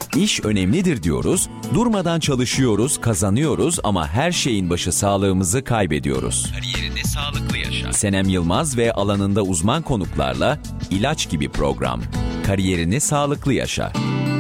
İş önemlidir diyoruz, durmadan çalışıyoruz, kazanıyoruz ama her şeyin başı sağlığımızı kaybediyoruz. Kariyerini sağlıklı yaşa. Senem Yılmaz ve alanında uzman konuklarla İlaç Gibi program. Kariyerini sağlıklı yaşa.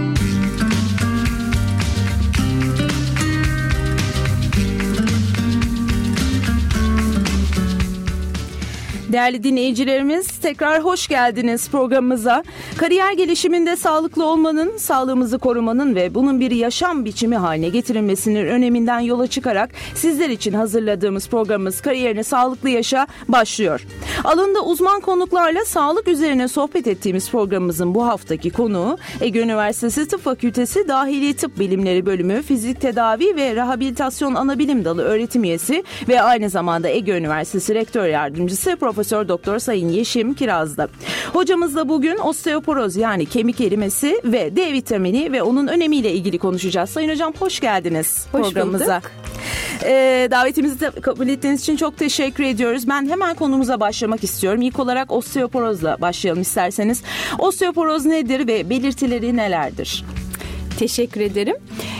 Değerli dinleyicilerimiz, tekrar hoş geldiniz programımıza. Kariyer gelişiminde sağlıklı olmanın, sağlığımızı korumanın ve bunun bir yaşam biçimi haline getirilmesinin öneminden yola çıkarak sizler için hazırladığımız programımız Kariyerini Sağlıklı Yaşa başlıyor. Alanında uzman konuklarla sağlık üzerine sohbet ettiğimiz programımızın bu haftaki konuğu Ege Üniversitesi Tıp Fakültesi Dahili Tıp Bilimleri Bölümü Fizik Tedavi ve Rehabilitasyon Anabilim Dalı öğretim üyesi ve aynı zamanda Ege Üniversitesi Rektör Yardımcısı Profesör Doktor Sayın Yeşim Kiraz'da. Hocamızla bugün osteoporoz yani kemik erimesi ve D vitamini ve onun önemiyle ilgili konuşacağız. Sayın Hocam hoş geldiniz programımıza. Davetimizi de kabul ettiğiniz için çok teşekkür ediyoruz. Ben hemen konumuza başlamak istiyorum. İlk olarak osteoporozla başlayalım isterseniz. Osteoporoz nedir ve belirtileri nelerdir? Teşekkür ederim.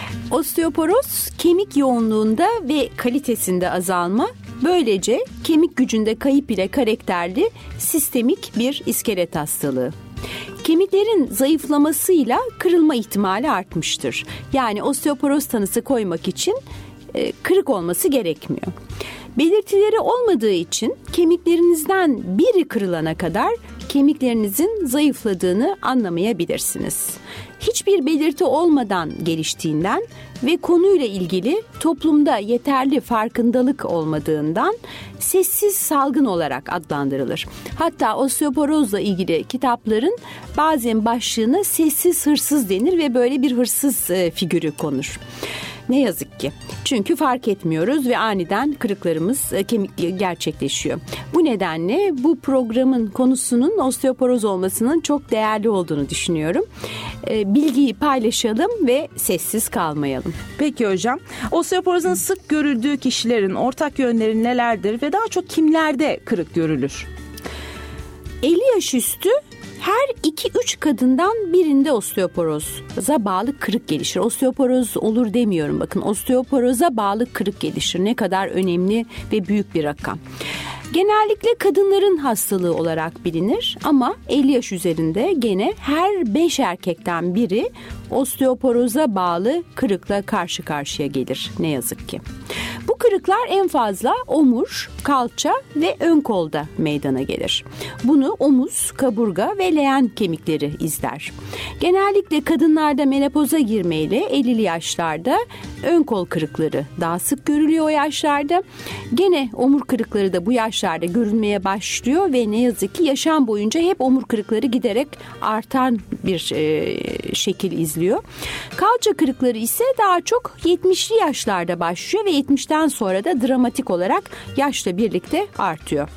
Osteoporoz kemik yoğunluğunda ve kalitesinde azalma, böylece kemik gücünde kayıp ile karakterli sistemik bir iskelet hastalığı. Kemiklerin zayıflamasıyla kırılma ihtimali artmıştır. Yani osteoporoz tanısı koymak için kırık olması gerekmiyor. Belirtileri olmadığı için kemiklerinizden biri kırılana kadar kemiklerinizin zayıfladığını anlamayabilirsiniz. Hiçbir belirti olmadan geliştiğinden ve konuyla ilgili toplumda yeterli farkındalık olmadığından sessiz salgın olarak adlandırılır. Hatta osteoporozla ilgili kitapların bazen başlığına sessiz hırsız denir ve böyle bir hırsız figürü konur. Ne yazık ki. Çünkü fark etmiyoruz ve aniden kırıklarımız gerçekleşiyor. Bu nedenle bu programın konusunun osteoporoz olmasının çok değerli olduğunu düşünüyorum. Bilgiyi paylaşalım ve sessiz kalmayalım. Peki hocam, osteoporozun sık görüldüğü kişilerin ortak yönleri nelerdir ve daha çok kimlerde kırık görülür? 50 yaş üstü her 2-3 kadından birinde osteoporoza bağlı kırık gelişir. Osteoporoz olur demiyorum, bakın, osteoporoza bağlı kırık gelişir. Ne kadar önemli ve büyük bir rakam. Genellikle kadınların hastalığı olarak bilinir ama 50 yaş üzerinde gene her 5 erkekten biri osteoporoza bağlı kırıkla karşı karşıya gelir ne yazık ki. Bu kırıklar en fazla omur, kalça ve ön kolda meydana gelir. Bunu omuz, kaburga ve leğen kemikleri izler. Genellikle kadınlarda menopoza girmeyle 50'li yaşlarda ön kol kırıkları daha sık görülüyor o yaşlarda. Gene omur kırıkları da bu yaşlarda görülmeye başlıyor ve ne yazık ki yaşam boyunca hep omur kırıkları giderek artan bir şekil izliyor. Kalça kırıkları ise daha çok 70'li yaşlarda başlıyor ve 70'ten sonra da dramatik olarak yaşla birlikte artıyor.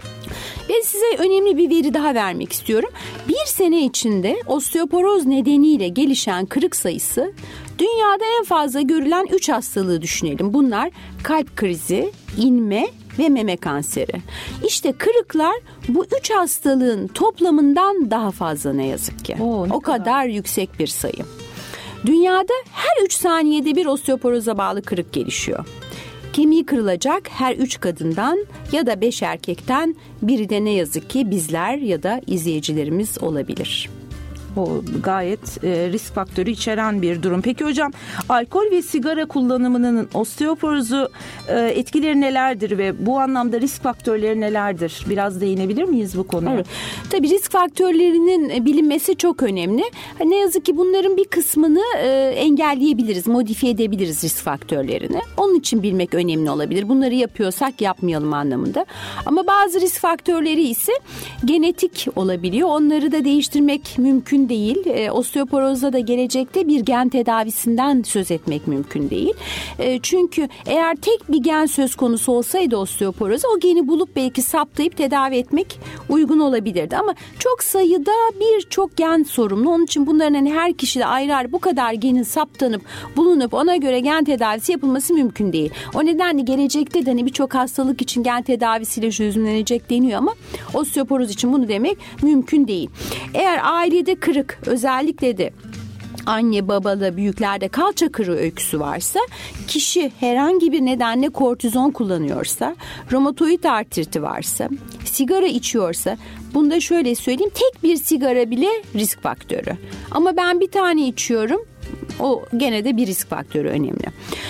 Ben size önemli bir veri daha vermek istiyorum. Bir sene içinde osteoporoz nedeniyle gelişen kırık sayısı dünyada en fazla görülen 3 hastalığı düşünelim. Bunlar kalp krizi, inme ve meme kanseri. İşte kırıklar bu 3 hastalığın toplamından daha fazla ne yazık ki. O kadar yüksek bir sayı. Dünyada her 3 saniyede bir osteoporoza bağlı kırık gelişiyor. Kemiği kırılacak her 3 kadından ya da 5 erkekten biri de ne yazık ki bizler ya da izleyicilerimiz olabilir. O gayet risk faktörü içeren bir durum. Peki hocam, alkol ve sigara kullanımının osteoporozu etkileri nelerdir ve bu anlamda risk faktörleri nelerdir? Biraz değinebilir miyiz bu konuya? Evet. Tabii risk faktörlerinin bilinmesi çok önemli. Ne yazık ki bunların bir kısmını engelleyebiliriz, modifiye edebiliriz risk faktörlerini. Onun için bilmek önemli olabilir. Bunları yapıyorsak yapmayalım anlamında. Ama bazı risk faktörleri ise genetik olabiliyor. Onları da değiştirmek mümkün değil. Osteoporozda da gelecekte bir gen tedavisinden söz etmek mümkün değil. Çünkü eğer tek bir gen söz konusu olsaydı osteoporoza, o geni bulup belki saptayıp tedavi etmek uygun olabilirdi. Ama çok sayıda birçok gen sorumlu. Onun için bunların hani her kişide ayrı ayrı bu kadar genin saptanıp bulunup ona göre gen tedavisi yapılması mümkün değil. O nedenle gelecekte de hani birçok hastalık için gen tedavisiyle çözümlenecek deniyor ama osteoporoz için bunu demek mümkün değil. Eğer ailede kırık, özellikle de anne babada büyüklerde kalça kırığı öyküsü varsa, kişi herhangi bir nedenle kortizon kullanıyorsa, romatoid artriti varsa, sigara içiyorsa, bunda şöyle söyleyeyim, tek bir sigara bile risk faktörü. Ama ben bir tane içiyorum, o gene de bir risk faktörü önemli.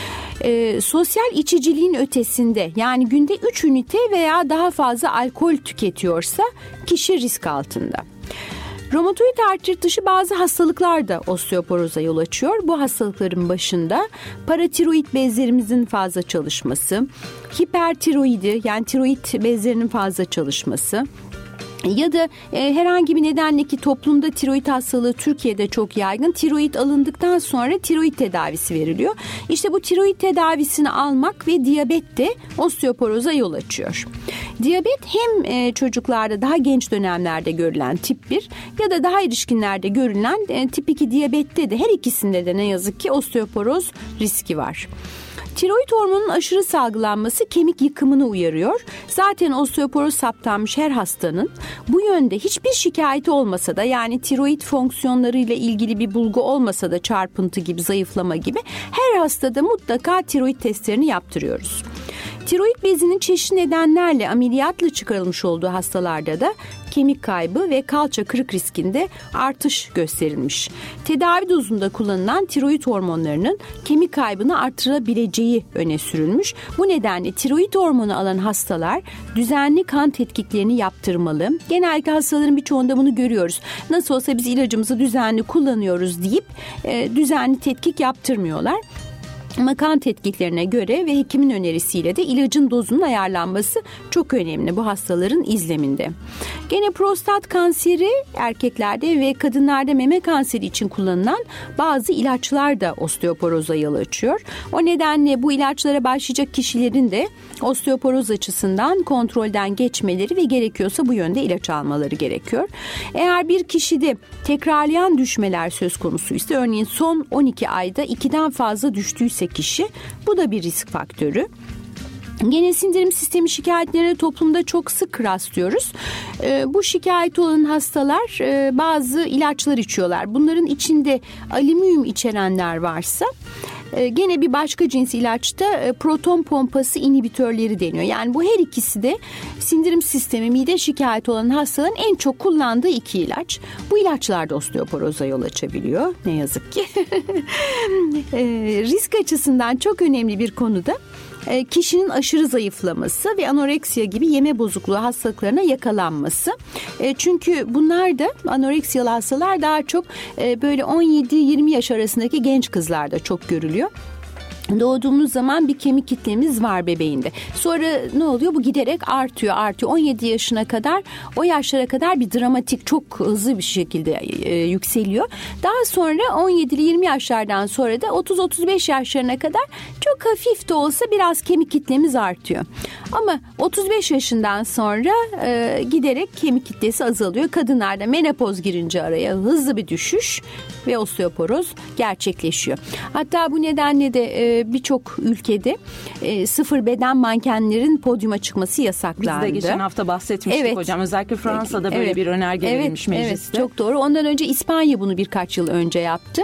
Sosyal içiciliğin ötesinde, yani günde 3 ünite veya daha fazla alkol tüketiyorsa kişi risk altında. Romatoid artrit dışı bazı hastalıklar da osteoporoza yol açıyor. Bu hastalıkların başında paratiroid bezlerimizin fazla çalışması, hipertiroidi yani tiroid bezlerinin fazla çalışması, ya da herhangi bir nedenle ki toplumda tiroid hastalığı Türkiye'de çok yaygın. Tiroid alındıktan sonra tiroid tedavisi veriliyor. İşte bu tiroid tedavisini almak ve diyabet de osteoporoza yol açıyor. Diyabet hem çocuklarda daha genç dönemlerde görülen tip 1 ya da daha erişkinlerde görülen tip 2 diyabette de her ikisinde de ne yazık ki osteoporoz riski var. Tiroid hormonunun aşırı salgılanması kemik yıkımını uyarıyor. Zaten osteoporoz saptanmış her hastanın bu yönde hiçbir şikayeti olmasa da, yani tiroid fonksiyonlarıyla ilgili bir bulgu olmasa da, çarpıntı gibi, zayıflama gibi, her hastada mutlaka tiroid testlerini yaptırıyoruz. Tiroid bezinin çeşitli nedenlerle ameliyatla çıkarılmış olduğu hastalarda da kemik kaybı ve kalça kırık riskinde artış gösterilmiş. Tedavi dozunda kullanılan tiroid hormonlarının kemik kaybını artırabileceği öne sürülmüş. Bu nedenle tiroid hormonu alan hastalar düzenli kan tetkiklerini yaptırmalı. Genellikle hastaların birçoğunda bunu görüyoruz. Nasıl olsa biz ilacımızı düzenli kullanıyoruz deyip düzenli tetkik yaptırmıyorlar. Ama kan tetkiklerine göre ve hekimin önerisiyle de ilacın dozunun ayarlanması çok önemli bu hastaların izleminde. Gene prostat kanseri erkeklerde ve kadınlarda meme kanseri için kullanılan bazı ilaçlar da osteoporoza yol açıyor. O nedenle bu ilaçlara başlayacak kişilerin de osteoporoz açısından kontrolden geçmeleri ve gerekiyorsa bu yönde ilaç almaları gerekiyor. Eğer bir kişide tekrarlayan düşmeler söz konusuysa, örneğin son 12 ayda 2'den fazla düştüyse kişi, bu da bir risk faktörü. Gene sindirim sistemi şikayetlerine toplumda çok sık rastlıyoruz. Bu şikayet olan hastalar bazı ilaçlar içiyorlar. Bunların içinde alüminyum içerenler varsa gene bir başka cins ilaçta proton pompası inhibitörleri deniyor. Yani bu her ikisi de sindirim sistemi, mide şikayeti olan hastaların en çok kullandığı 2 ilaç. Bu ilaçlar da osteoporoza yol açabiliyor ne yazık ki. Risk açısından çok önemli bir konuda kişinin aşırı zayıflaması ve anoreksiya gibi yeme bozukluğu hastalıklarına yakalanması. Çünkü bunlar da, anoreksiyalı hastalar daha çok böyle 17-20 yaş arasındaki genç kızlarda çok görülüyor. Doğduğumuz zaman bir kemik kitlemiz var bebeğinde. Sonra ne oluyor? Bu giderek artıyor. 17 yaşına kadar, o yaşlara kadar bir dramatik, çok hızlı bir şekilde yükseliyor. Daha sonra 17'li 20 yaşlardan sonra da 30-35 yaşlarına kadar çok hafif de olsa biraz kemik kitlemiz artıyor. Ama 35 yaşından sonra giderek kemik kitlesi azalıyor. Kadınlarda menopoz girince araya hızlı bir düşüş ve osteoporoz gerçekleşiyor. Hatta bu nedenle de birçok ülkede sıfır beden mankenlerin podyuma çıkması yasaklandı. Biz de geçen hafta bahsetmiştik hocam. Özellikle Fransa'da böyle bir önerge verilmiş mecliste. Evet, çok doğru. Ondan önce İspanya bunu birkaç yıl önce yaptı.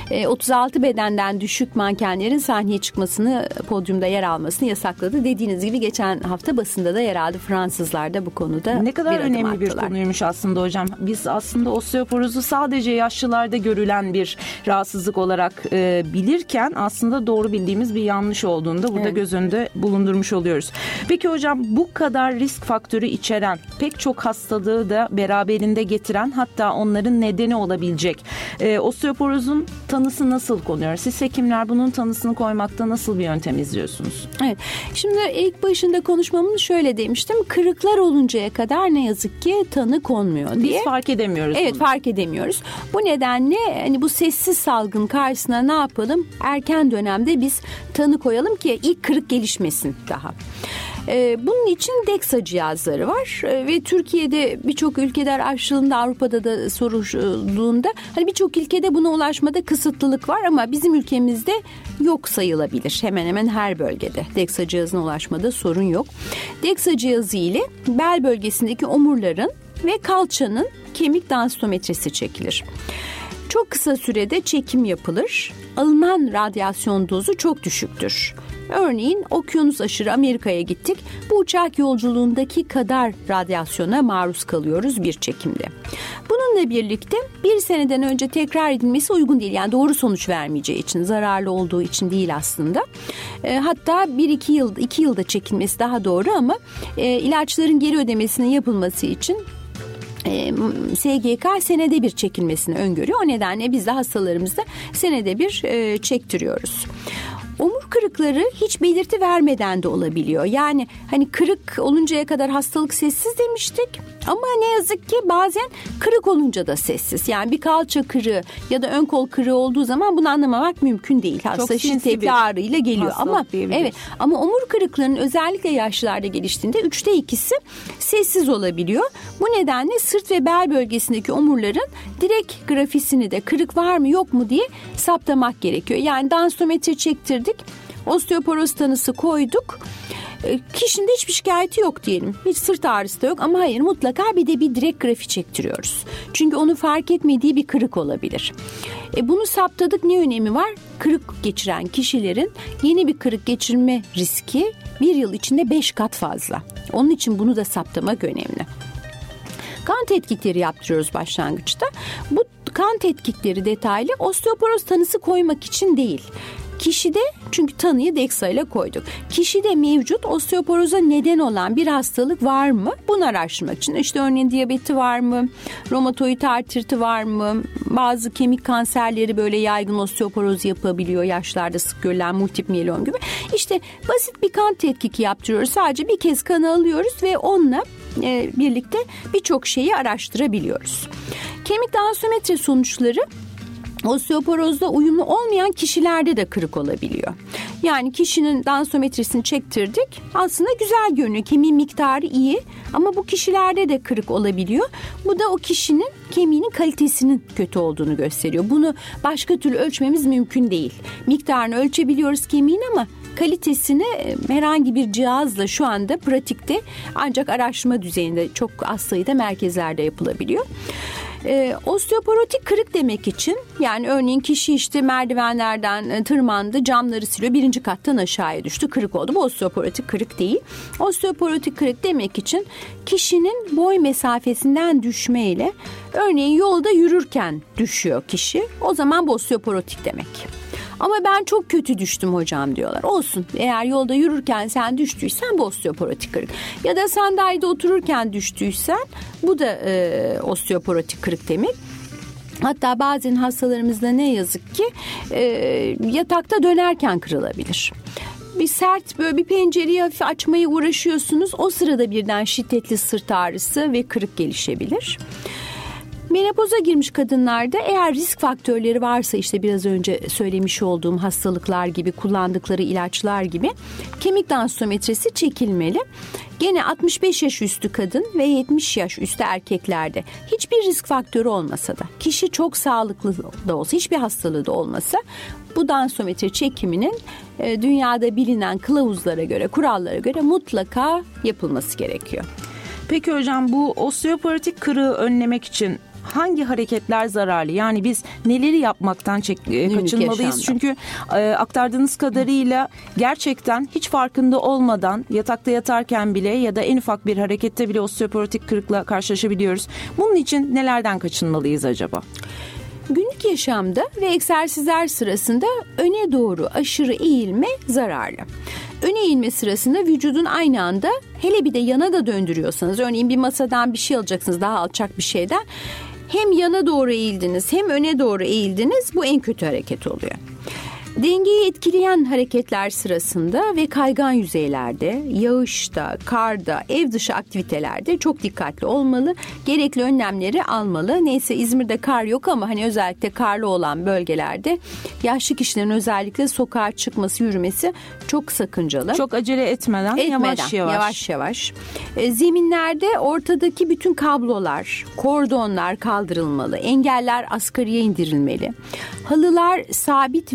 36 bedenden düşük mankenlerin sahneye çıkmasını, podyumda yer almasını yasakladı. Dediğiniz gibi geçen hafta basında da yer aldı. Fransızlar da bu konuda ne kadar bir adım önemli attılar. Bir konuymuş aslında hocam. Biz aslında osteoporozu sadece yaşlılarda görülen bir rahatsızlık olarak bilirken aslında doğru bildiğimiz bir yanlış olduğunu da burada göz önünde bulundurmuş oluyoruz. Peki hocam, bu kadar risk faktörü içeren, pek çok hastalığı da beraberinde getiren, hatta onların nedeni olabilecek osteoporozun tanısı nasıl konuyor? Siz hekimler bunun tanısını koymakta nasıl bir yöntem izliyorsunuz? Evet. Şimdi ilk başında konuşmamın şöyle demiştim. Kırıklar oluncaya kadar ne yazık ki tanı konmuyor diye. Biz fark edemiyoruz. Evet, bunu. fark edemiyoruz. Bu nedenle hani bu sessiz salgın karşısına ne yapalım? Erken dönemde biz tanı koyalım ki ilk kırık gelişmesin daha. Bunun için DEXA cihazları var ve Türkiye'de birçok ülkede araştırıldığında, Avrupa'da da sorulduğunda hani birçok ülkede buna ulaşmada kısıtlılık var ama bizim ülkemizde yok sayılabilir. Hemen hemen her bölgede DEXA cihazına ulaşmada sorun yok. DEXA cihazı ile bel bölgesindeki omurların ve kalçanın kemik densitometresi çekilir. Çok kısa sürede çekim yapılır. Alınan radyasyon dozu çok düşüktür. Örneğin okyanus aşırı Amerika'ya gittik. Bu uçak yolculuğundaki kadar radyasyona maruz kalıyoruz bir çekimde. Bununla birlikte bir seneden önce tekrar edilmesi uygun değil. Yani doğru sonuç vermeyeceği için, zararlı olduğu için değil aslında. Hatta 2 yılda çekilmesi daha doğru ama ilaçların geri ödemesinin yapılması için SGK senede bir çekilmesini öngörüyor. O nedenle biz de hastalarımızda senede bir çektiriyoruz. Omur kırıkları hiç belirti vermeden de olabiliyor. Yani hani kırık oluncaya kadar hastalık sessiz demiştik. Ama ne yazık ki bazen kırık olunca da sessiz. Yani bir kalça kırığı ya da ön kol kırığı olduğu zaman bunu anlamamak mümkün değil. Hasta şiddetli ağrıyla geliyor. Ama omur kırıklarının özellikle yaşlılarda geliştiğinde 3'te 2'si sessiz olabiliyor. Bu nedenle sırt ve bel bölgesindeki omurların direkt grafisini de kırık var mı yok mu diye saptamak gerekiyor. Yani densitometre çektirdik. Osteoporoz tanısı koyduk. Kişinin de hiçbir şikayeti yok diyelim. Hiç sırt ağrısı da yok ama hayır, mutlaka bir de bir direkt grafi çektiriyoruz. Çünkü onu fark etmediği bir kırık olabilir. Bunu saptadık, ne önemi var? Kırık geçiren kişilerin yeni bir kırık geçirme riski bir yıl içinde 5 kat fazla. Onun için bunu da saptamak önemli. Kan tetkikleri yaptırıyoruz başlangıçta. Bu kan tetkikleri detaylı osteoporoz tanısı koymak için değil. Kişide, çünkü tanıyı DEXA ile koyduk. Kişide mevcut osteoporoza neden olan bir hastalık var mı? Bunu araştırmak için. İşte örneğin diyabeti var mı? Romatoid artriti var mı? Bazı kemik kanserleri böyle yaygın osteoporoz yapabiliyor. Yaşlarda sık görülen multip miyelom gibi. İşte basit bir kan tetkiki yaptırıyoruz. Sadece bir kez kanı alıyoruz ve onunla birlikte birçok şeyi araştırabiliyoruz. Kemik densitometre sonuçları osteoporozda uyumlu olmayan kişilerde de kırık olabiliyor. Yani kişinin densitometresini çektirdik. Aslında güzel görünüyor. Kemiğin miktarı iyi ama bu kişilerde de kırık olabiliyor. Bu da o kişinin kemiğinin kalitesinin kötü olduğunu gösteriyor. Bunu başka türlü ölçmemiz mümkün değil. Miktarını ölçebiliyoruz kemiğin ama kalitesini herhangi bir cihazla şu anda pratikte ancak araştırma düzeyinde çok az sayıda merkezlerde yapılabiliyor. Osteoporotik kırık demek için, yani örneğin kişi işte merdivenlerden tırmandı, camları siliyor, 1. kattan aşağıya düştü, kırık oldu. Bu osteoporotik kırık değil. Osteoporotik kırık demek için kişinin boy mesafesinden düşmeyle, örneğin yolda yürürken düşüyor kişi, o zaman bu osteoporotik demek. Ama ben çok kötü düştüm hocam diyorlar. Olsun, eğer yolda yürürken sen düştüysen bu osteoporotik kırık. Ya da sandalyede otururken düştüysen bu da osteoporotik kırık demek. Hatta bazen hastalarımızda ne yazık ki yatakta dönerken kırılabilir. Bir sert böyle bir pencereyi hafif açmaya uğraşıyorsunuz. O sırada birden şiddetli sırt ağrısı ve kırık gelişebilir. Menopoza girmiş kadınlarda eğer risk faktörleri varsa, işte biraz önce söylemiş olduğum hastalıklar gibi, kullandıkları ilaçlar gibi, kemik densitometresi çekilmeli. Gene 65 yaş üstü kadın ve 70 yaş üstü erkeklerde hiçbir risk faktörü olmasa da, kişi çok sağlıklı da olsa, hiçbir hastalığı da olmasa, bu densitometre çekiminin dünyada bilinen kılavuzlara göre, kurallara göre mutlaka yapılması gerekiyor. Peki hocam, bu osteoporotik kırığı önlemek için hangi hareketler zararlı? Yani biz neleri yapmaktan kaçınmalıyız? Çünkü aktardığınız kadarıyla gerçekten hiç farkında olmadan yatakta yatarken bile ya da en ufak bir harekette bile osteoporotik kırıkla karşılaşabiliyoruz. Bunun için nelerden kaçınmalıyız acaba? Günlük yaşamda ve egzersizler sırasında öne doğru aşırı eğilme zararlı. Öne eğilme sırasında vücudun aynı anda, hele bir de yana da döndürüyorsanız, örneğin bir masadan bir şey alacaksınız, daha alçak bir şeyden, hem yana doğru eğildiniz hem öne doğru eğildiniz, bu en kötü hareket oluyor. Dengeyi etkileyen hareketler sırasında ve kaygan yüzeylerde, yağışta, karda, ev dışı aktivitelerde çok dikkatli olmalı. Gerekli önlemleri almalı. Neyse, İzmir'de kar yok ama hani özellikle karlı olan bölgelerde yaşlı kişilerin özellikle sokağa çıkması, yürümesi çok sakıncalı. Çok acele etmeden yavaş yavaş. Zeminlerde ortadaki bütün kablolar, kordonlar kaldırılmalı. Engeller asgariye indirilmeli. Halılar sabit ve düz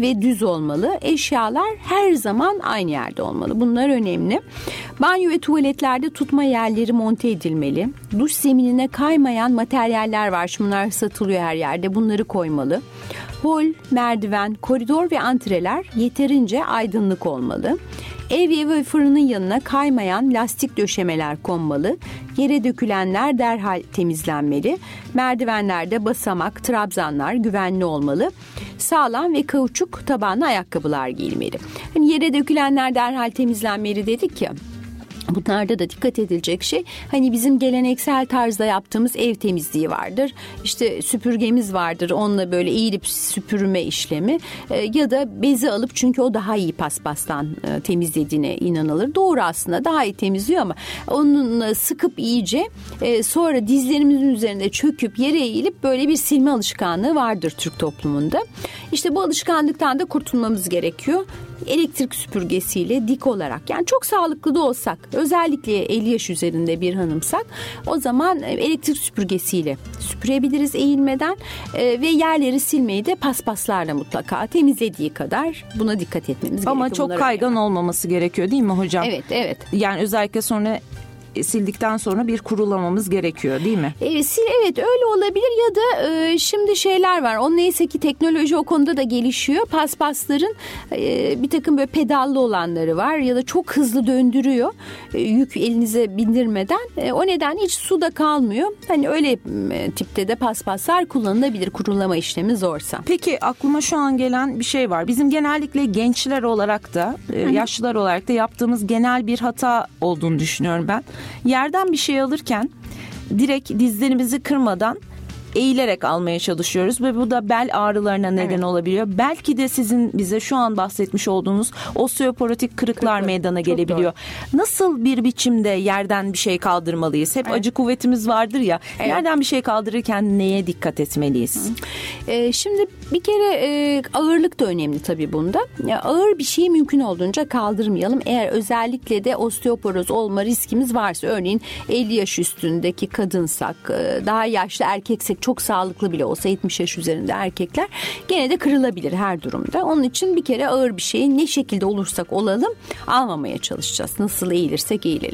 olmalı. Eşyalar her zaman aynı yerde olmalı. Bunlar önemli. Banyo ve tuvaletlerde tutma yerleri monte edilmeli. Duş zeminine kaymayan materyaller var. Şunlar satılıyor her yerde. Bunları koymalı. Hol, merdiven, koridor ve antreler yeterince aydınlık olmalı. Evye ve fırının yanına kaymayan lastik döşemeler konmalı. Yere dökülenler derhal temizlenmeli. Merdivenlerde basamak, trabzanlar güvenli olmalı. Sağlam ve kauçuk tabanlı ayakkabılar giyilmeli. Hani yere dökülenler derhal temizlenmeli dedik ya. Bunlarda da dikkat edilecek şey, hani bizim geleneksel tarzda yaptığımız ev temizliği vardır. İşte süpürgemiz vardır, onunla böyle eğilip süpürme işlemi ya da bezi alıp, çünkü o daha iyi paspastan temizlediğine inanılır. Doğru, aslında daha iyi temizliyor ama onunla sıkıp iyice sonra dizlerimizin üzerinde çöküp yere eğilip böyle bir silme alışkanlığı vardır Türk toplumunda. İşte bu alışkanlıktan da kurtulmamız gerekiyor. Elektrik süpürgesiyle dik olarak, yani çok sağlıklı da olsak, özellikle 50 yaş üzerinde bir hanımsak, o zaman elektrik süpürgesiyle süpürebiliriz eğilmeden ve yerleri silmeyi de paspaslarla mutlaka temizlediği kadar buna dikkat etmemiz gerekiyor. Ama çok kaygan olmaması gerekiyor değil mi hocam? Evet. Yani özellikle sonra sildikten sonra bir kurulamamız gerekiyor değil mi? Evet, öyle olabilir ya da şimdi şeyler var. O neyse ki teknoloji o konuda da gelişiyor. Paspasların bir takım böyle pedallı olanları var ya da çok hızlı döndürüyor yük elinize bindirmeden. O nedenle hiç suda kalmıyor. Hani öyle tipte de paspaslar kullanılabilir, kurulama işlemi zorsa. Peki aklıma şu an gelen bir şey var. Bizim genellikle gençler olarak da yaşlılar olarak da yaptığımız genel bir hata olduğunu düşünüyorum ben. Yerden bir şey alırken direkt dizlerimizi kırmadan eğilerek almaya çalışıyoruz ve bu da bel ağrılarına neden olabiliyor. Belki de sizin bize şu an bahsetmiş olduğunuz osteoporotik kırıklar meydana gelebiliyor. Nasıl bir biçimde yerden bir şey kaldırmalıyız? Hep acı kuvvetimiz vardır ya. Yerden bir şey kaldırırken neye dikkat etmeliyiz? Şimdi bir kere ağırlık da önemli tabii bunda. Ağır bir şeyi mümkün olduğunca kaldırmayalım. Eğer özellikle de osteoporoz olma riskimiz varsa, örneğin 50 yaş üstündeki kadınsak, daha yaşlı erkeksek, çok sağlıklı bile olsa 70 yaş üzerinde erkekler gene de kırılabilir her durumda. Onun için bir kere ağır bir şeyi ne şekilde olursak olalım almamaya çalışacağız. Nasıl eğilirsek eğilelim.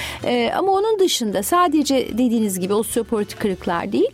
Ama onun dışında sadece dediğiniz gibi osteoporotik kırıklar değil,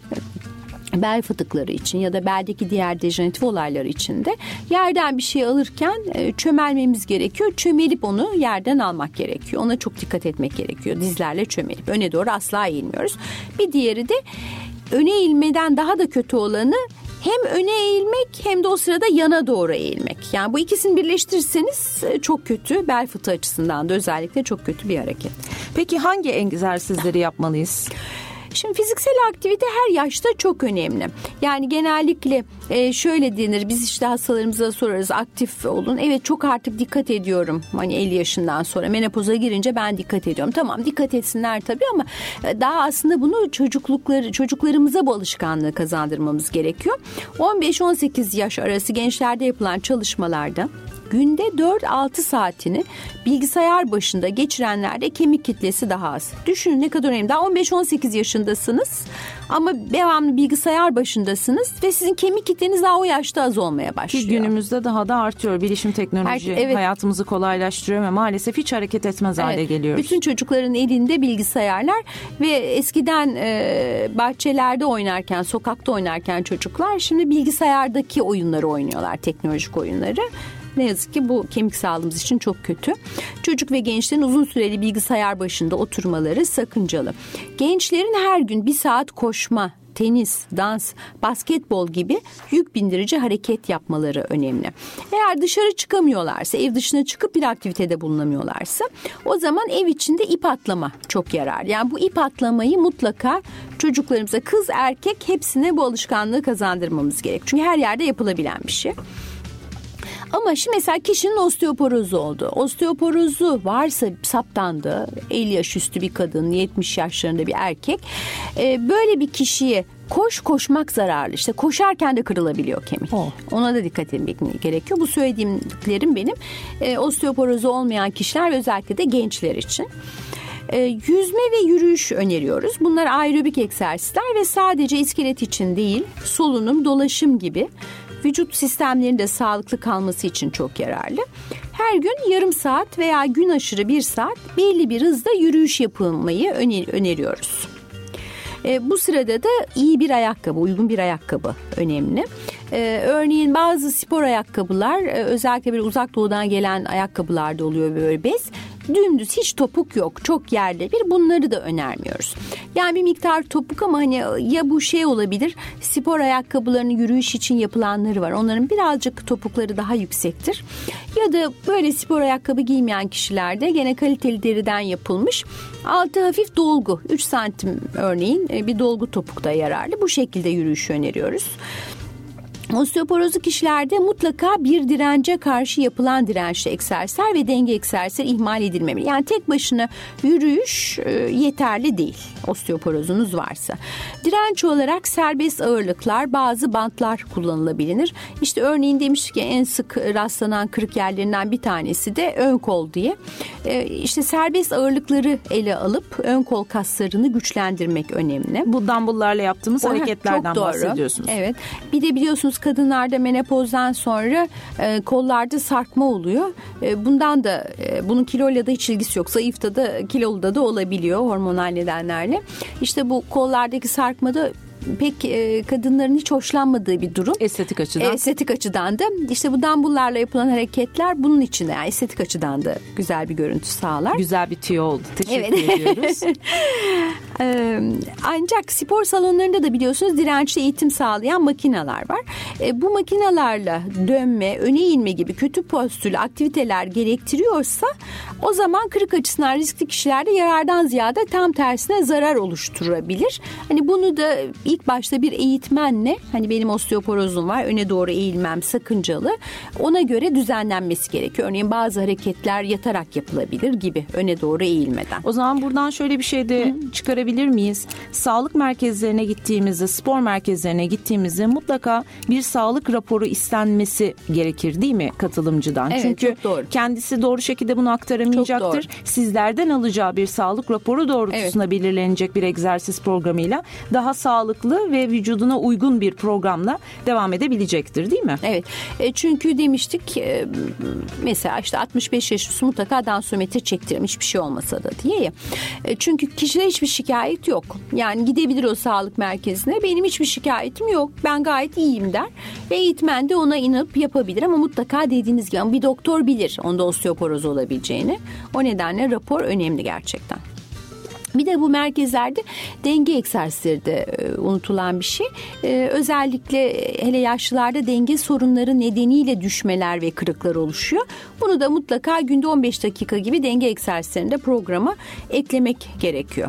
bel fıtıkları için ya da beldeki diğer dejeneratif olayları için de yerden bir şey alırken çömelmemiz gerekiyor. Çömelip onu yerden almak gerekiyor. Ona çok dikkat etmek gerekiyor. Dizlerle çömelip öne doğru asla eğilmiyoruz. Bir diğeri de öne eğilmeden daha da kötü olanı, hem öne eğilmek hem de o sırada yana doğru eğilmek. Yani bu ikisini birleştirirseniz çok kötü, bel fıtığı açısından da özellikle çok kötü bir hareket. Peki hangi egzersizleri yapmalıyız? Şimdi fiziksel aktivite her yaşta çok önemli. Yani genellikle şöyle denir, biz işte hastalarımıza sorarız, aktif olun. Evet, çok artık dikkat ediyorum. Hani 50 yaşından sonra menopoza girince ben dikkat ediyorum. Tamam, dikkat etsinler tabii ama daha aslında bunu çocuklarımıza bu alışkanlığı kazandırmamız gerekiyor. 15-18 yaş arası gençlerde yapılan çalışmalarda günde 4-6 saatini bilgisayar başında geçirenlerde kemik kitlesi daha az. Düşünün ne kadar önemli. Daha 15-18 yaşındasınız ama devamlı bilgisayar başındasınız ve sizin kemik kitleniz daha o yaşta az olmaya başlıyor. Ki günümüzde daha da artıyor. Bilişim teknoloji hayatımızı kolaylaştırıyor ve maalesef hiç hareket etmez hale geliyoruz. Bütün çocukların elinde bilgisayarlar ve eskiden bahçelerde oynarken, sokakta oynarken çocuklar şimdi bilgisayardaki oyunları oynuyorlar, teknolojik oyunları. Ne yazık ki bu kemik sağlığımız için çok kötü. Çocuk ve gençlerin uzun süreli bilgisayar başında oturmaları sakıncalı. Gençlerin her gün 1 saat koşma, tenis, dans, basketbol gibi yük bindirici hareket yapmaları önemli. Eğer dışarı çıkamıyorlarsa, ev dışına çıkıp bir aktivitede bulunamıyorlarsa, o zaman ev içinde ip atlama çok yarar. Yani bu ip atlamayı mutlaka çocuklarımıza, kız erkek hepsine bu alışkanlığı kazandırmamız gerek. Çünkü her yerde yapılabilen bir şey. Ama şimdi mesela kişinin osteoporozu oldu. Osteoporozu varsa, saptandı, 50 yaş üstü bir kadın, 70 yaşlarında bir erkek. Böyle bir kişiye koşmak zararlı. İşte koşarken de kırılabiliyor kemik. Ona da dikkat etmek gerekiyor. Bu söylediğimlerim benim osteoporozu olmayan kişiler ve özellikle de gençler için. Yüzme ve yürüyüş öneriyoruz. Bunlar aerobik egzersizler ve sadece iskelet için değil, solunum, dolaşım gibi vücut sistemlerinin de sağlıklı kalması için çok yararlı. Her gün yarım saat veya gün aşırı 1 saat belli bir hızda yürüyüş yapılmayı öneriyoruz. Bu sırada da iyi bir ayakkabı, uygun bir ayakkabı önemli. Örneğin bazı spor ayakkabılar, özellikle bir uzak doğudan gelen ayakkabılarda oluyor böyle bez. Dümdüz, hiç topuk yok, çok yerli bir, bunları da önermiyoruz. Yani bir miktar topuk ama hani ya bu şey olabilir, spor ayakkabılarının yürüyüş için yapılanları var. Onların birazcık topukları daha yüksektir. Ya da böyle spor ayakkabı giymeyen kişilerde gene kaliteli deriden yapılmış, altı hafif dolgu, 3 santim örneğin bir dolgu topuk da yararlı. Bu şekilde yürüyüş öneriyoruz. Osteoporozlu kişilerde mutlaka bir dirence karşı yapılan dirençli egzersizler ve denge egzersizleri ihmal edilmemeli. Yani tek başına yürüyüş yeterli değil osteoporozunuz varsa. Direnç olarak serbest ağırlıklar, bazı bantlar kullanılabilir. İşte örneğin demiştik ki en sık rastlanan kırık yerlerinden bir tanesi de ön kol diye. İşte serbest ağırlıkları ele alıp ön kol kaslarını güçlendirmek önemli. Bu dumbbell'larla yaptığımız hareketlerden bahsediyorsunuz. Evet. Bir de biliyorsunuz kadınlarda menopozdan sonra kollarda sarkma oluyor. Bundan da bunun kiloyla da hiç ilgisi yok. Zayıfta da kiloluda da olabiliyor hormonal nedenlerle. İşte bu kollardaki sarkmada pek kadınların hiç hoşlanmadığı bir durum. Estetik açıdan. Estetik açıdan da işte bu dumbbell'larla yapılan hareketler bunun için de, yani estetik açıdan da güzel bir görüntü sağlar. Güzel bir tüyo oldu. Teşekkür ediyoruz. Ancak spor salonlarında da biliyorsunuz dirençli eğitim sağlayan makineler var. Bu makinalarla dönme, öne inme gibi kötü postürlü aktiviteler gerektiriyorsa o zaman kırık açısından riskli kişilerde yarardan ziyade tam tersine zarar oluşturabilir. Hani bunu da ilk başta bir eğitmenle, hani benim osteoporozum var, öne doğru eğilmem sakıncalı, ona göre düzenlenmesi gerekiyor. Örneğin bazı hareketler yatarak yapılabilir gibi, öne doğru eğilmeden. O zaman buradan şöyle bir şey de çıkarabilir miyiz? Sağlık merkezlerine gittiğimizde, spor merkezlerine gittiğimizde mutlaka bir sağlık raporu istenmesi gerekir değil mi katılımcıdan? Evet, çünkü kendisi doğru şekilde bunu aktaramayacaktır. Sizlerden alacağı bir sağlık raporu doğrultusunda belirlenecek bir egzersiz programıyla daha sağlıklı ve vücuduna uygun bir programla devam edebilecektir değil mi? Evet. Çünkü demiştik mesela işte 65 yaş üstü mutlaka dansiyometre çektirelim hiçbir şey olmasa da diye ya. Çünkü kişide hiçbir şikayet yok. Yani gidebilir o sağlık merkezine, benim hiçbir şikayetim yok, ben gayet iyiyim der ve eğitmen de ona inanıp yapabilir ama mutlaka dediğiniz gibi bir doktor bilir onda osteoporoz olabileceğini. O nedenle rapor önemli gerçekten. Bir de bu merkezlerde denge egzersizleri de unutulan bir şey. Özellikle hele yaşlılarda denge sorunları nedeniyle düşmeler ve kırıklar oluşuyor. Bunu da mutlaka günde 15 dakika gibi denge egzersizlerini de programa eklemek gerekiyor.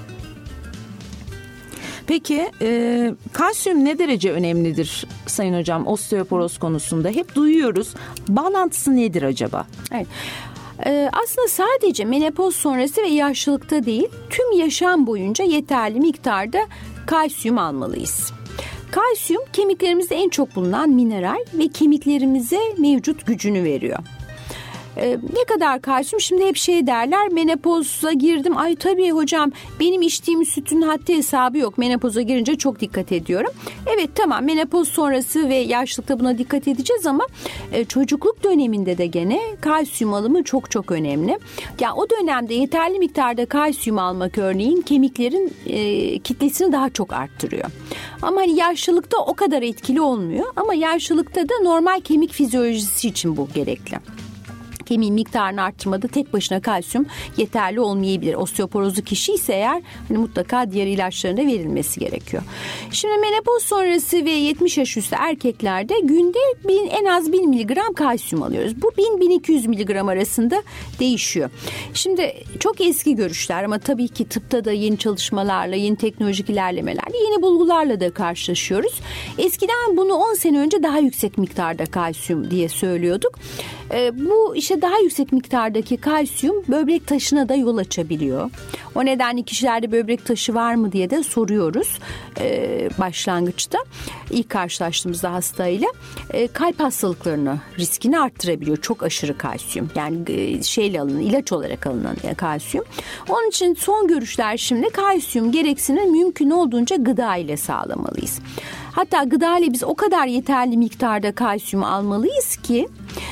Peki kalsiyum ne derece önemlidir Sayın Hocam osteoporoz konusunda? Hep duyuyoruz. Bağlantısı nedir acaba? Evet. Aslında sadece menopoz sonrası ve yaşlılıkta değil, tüm yaşam boyunca yeterli miktarda kalsiyum almalıyız. Kalsiyum kemiklerimizde en çok bulunan mineral ve kemiklerimize mevcut gücünü veriyor. Ne kadar kalsiyum? Şimdi hep şey derler, menopoza girdim. Ay tabii hocam benim içtiğim sütün haddi hesabı yok. Menopoza girince çok dikkat ediyorum. Evet tamam, menopoz sonrası ve yaşlılıkta buna dikkat edeceğiz ama çocukluk döneminde de gene kalsiyum alımı çok çok önemli. Ya o dönemde yeterli miktarda kalsiyum almak örneğin kemiklerin kitlesini daha çok arttırıyor. Ama hani yaşlılıkta o kadar etkili olmuyor. Ama yaşlılıkta da normal kemik fizyolojisi için bu gerekli. Kemiğin miktarını arttırmada tek başına kalsiyum yeterli olmayabilir. Osteoporozlu kişi ise eğer hani mutlaka diğer ilaçların da verilmesi gerekiyor. Şimdi menopoz sonrası ve 70 yaş üstü erkeklerde günde en az 1000 mg kalsiyum alıyoruz. Bu 1000-1200 mg arasında değişiyor. Şimdi çok eski görüşler ama tabii ki tıpta da yeni çalışmalarla, yeni teknolojik ilerlemelerle, yeni bulgularla da karşılaşıyoruz. Eskiden bunu 10 sene önce daha yüksek miktarda kalsiyum diye söylüyorduk. Bu işte Ama daha yüksek miktardaki kalsiyum böbrek taşına da yol açabiliyor. O nedenle kişilerde böbrek taşı var mı diye de soruyoruz başlangıçta. İlk karşılaştığımızda hastayla kalp hastalıklarını riskini arttırabiliyor. Çok aşırı kalsiyum. Yani ilaç olarak alınan kalsiyum. Onun için son görüşler şimdi kalsiyum gereksinimi mümkün olduğunca gıda ile sağlamalıyız. Hatta gıda ile biz o kadar yeterli miktarda kalsiyum almalıyız ki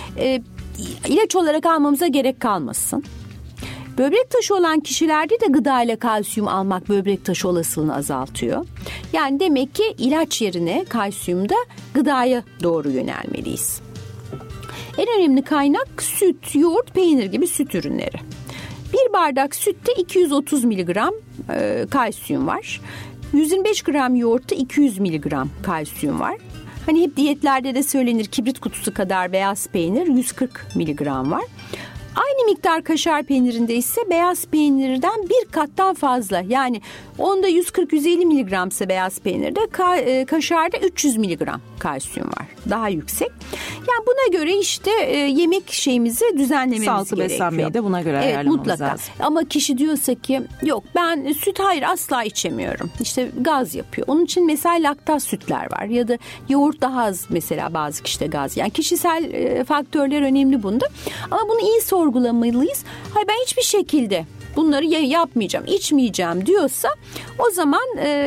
ilaç olarak almamıza gerek kalmasın. Böbrek taşı olan kişilerde de gıda ile kalsiyum almak böbrek taşı olasılığını azaltıyor. Yani demek ki ilaç yerine kalsiyumda gıdaya doğru yönelmeliyiz. En önemli kaynak süt, yoğurt, peynir gibi süt ürünleri. Bir bardak sütte 230 mg kalsiyum var. 125 gram yoğurtta 200 mg kalsiyum var. Hani hep diyetlerde de söylenir kibrit kutusu kadar beyaz peynir 140 mg var. Aynı miktar kaşar peynirinde ise beyaz peynirden bir kattan fazla. Yani onda 140-150 mg ise beyaz peynirde kaşarda 300 mg kalsiyum var. Daha yüksek. Yani buna göre işte yemek şeyimizi düzenlememiz sağlıklı gerekiyor. Sağlıklı beslenmeyi de buna göre ayarlamamız mutlaka lazım. Ama kişi diyorsa ki yok ben süt asla içemiyorum. İşte gaz yapıyor. Onun için mesela laktaz sütler var. Ya da yoğurt daha az mesela bazı kişide gaz. Yani kişisel faktörler önemli bunda. Ama bunu iyi sorgulamalıyız. Hayır ben hiçbir şekilde bunları yapmayacağım, içmeyeceğim diyorsa o zaman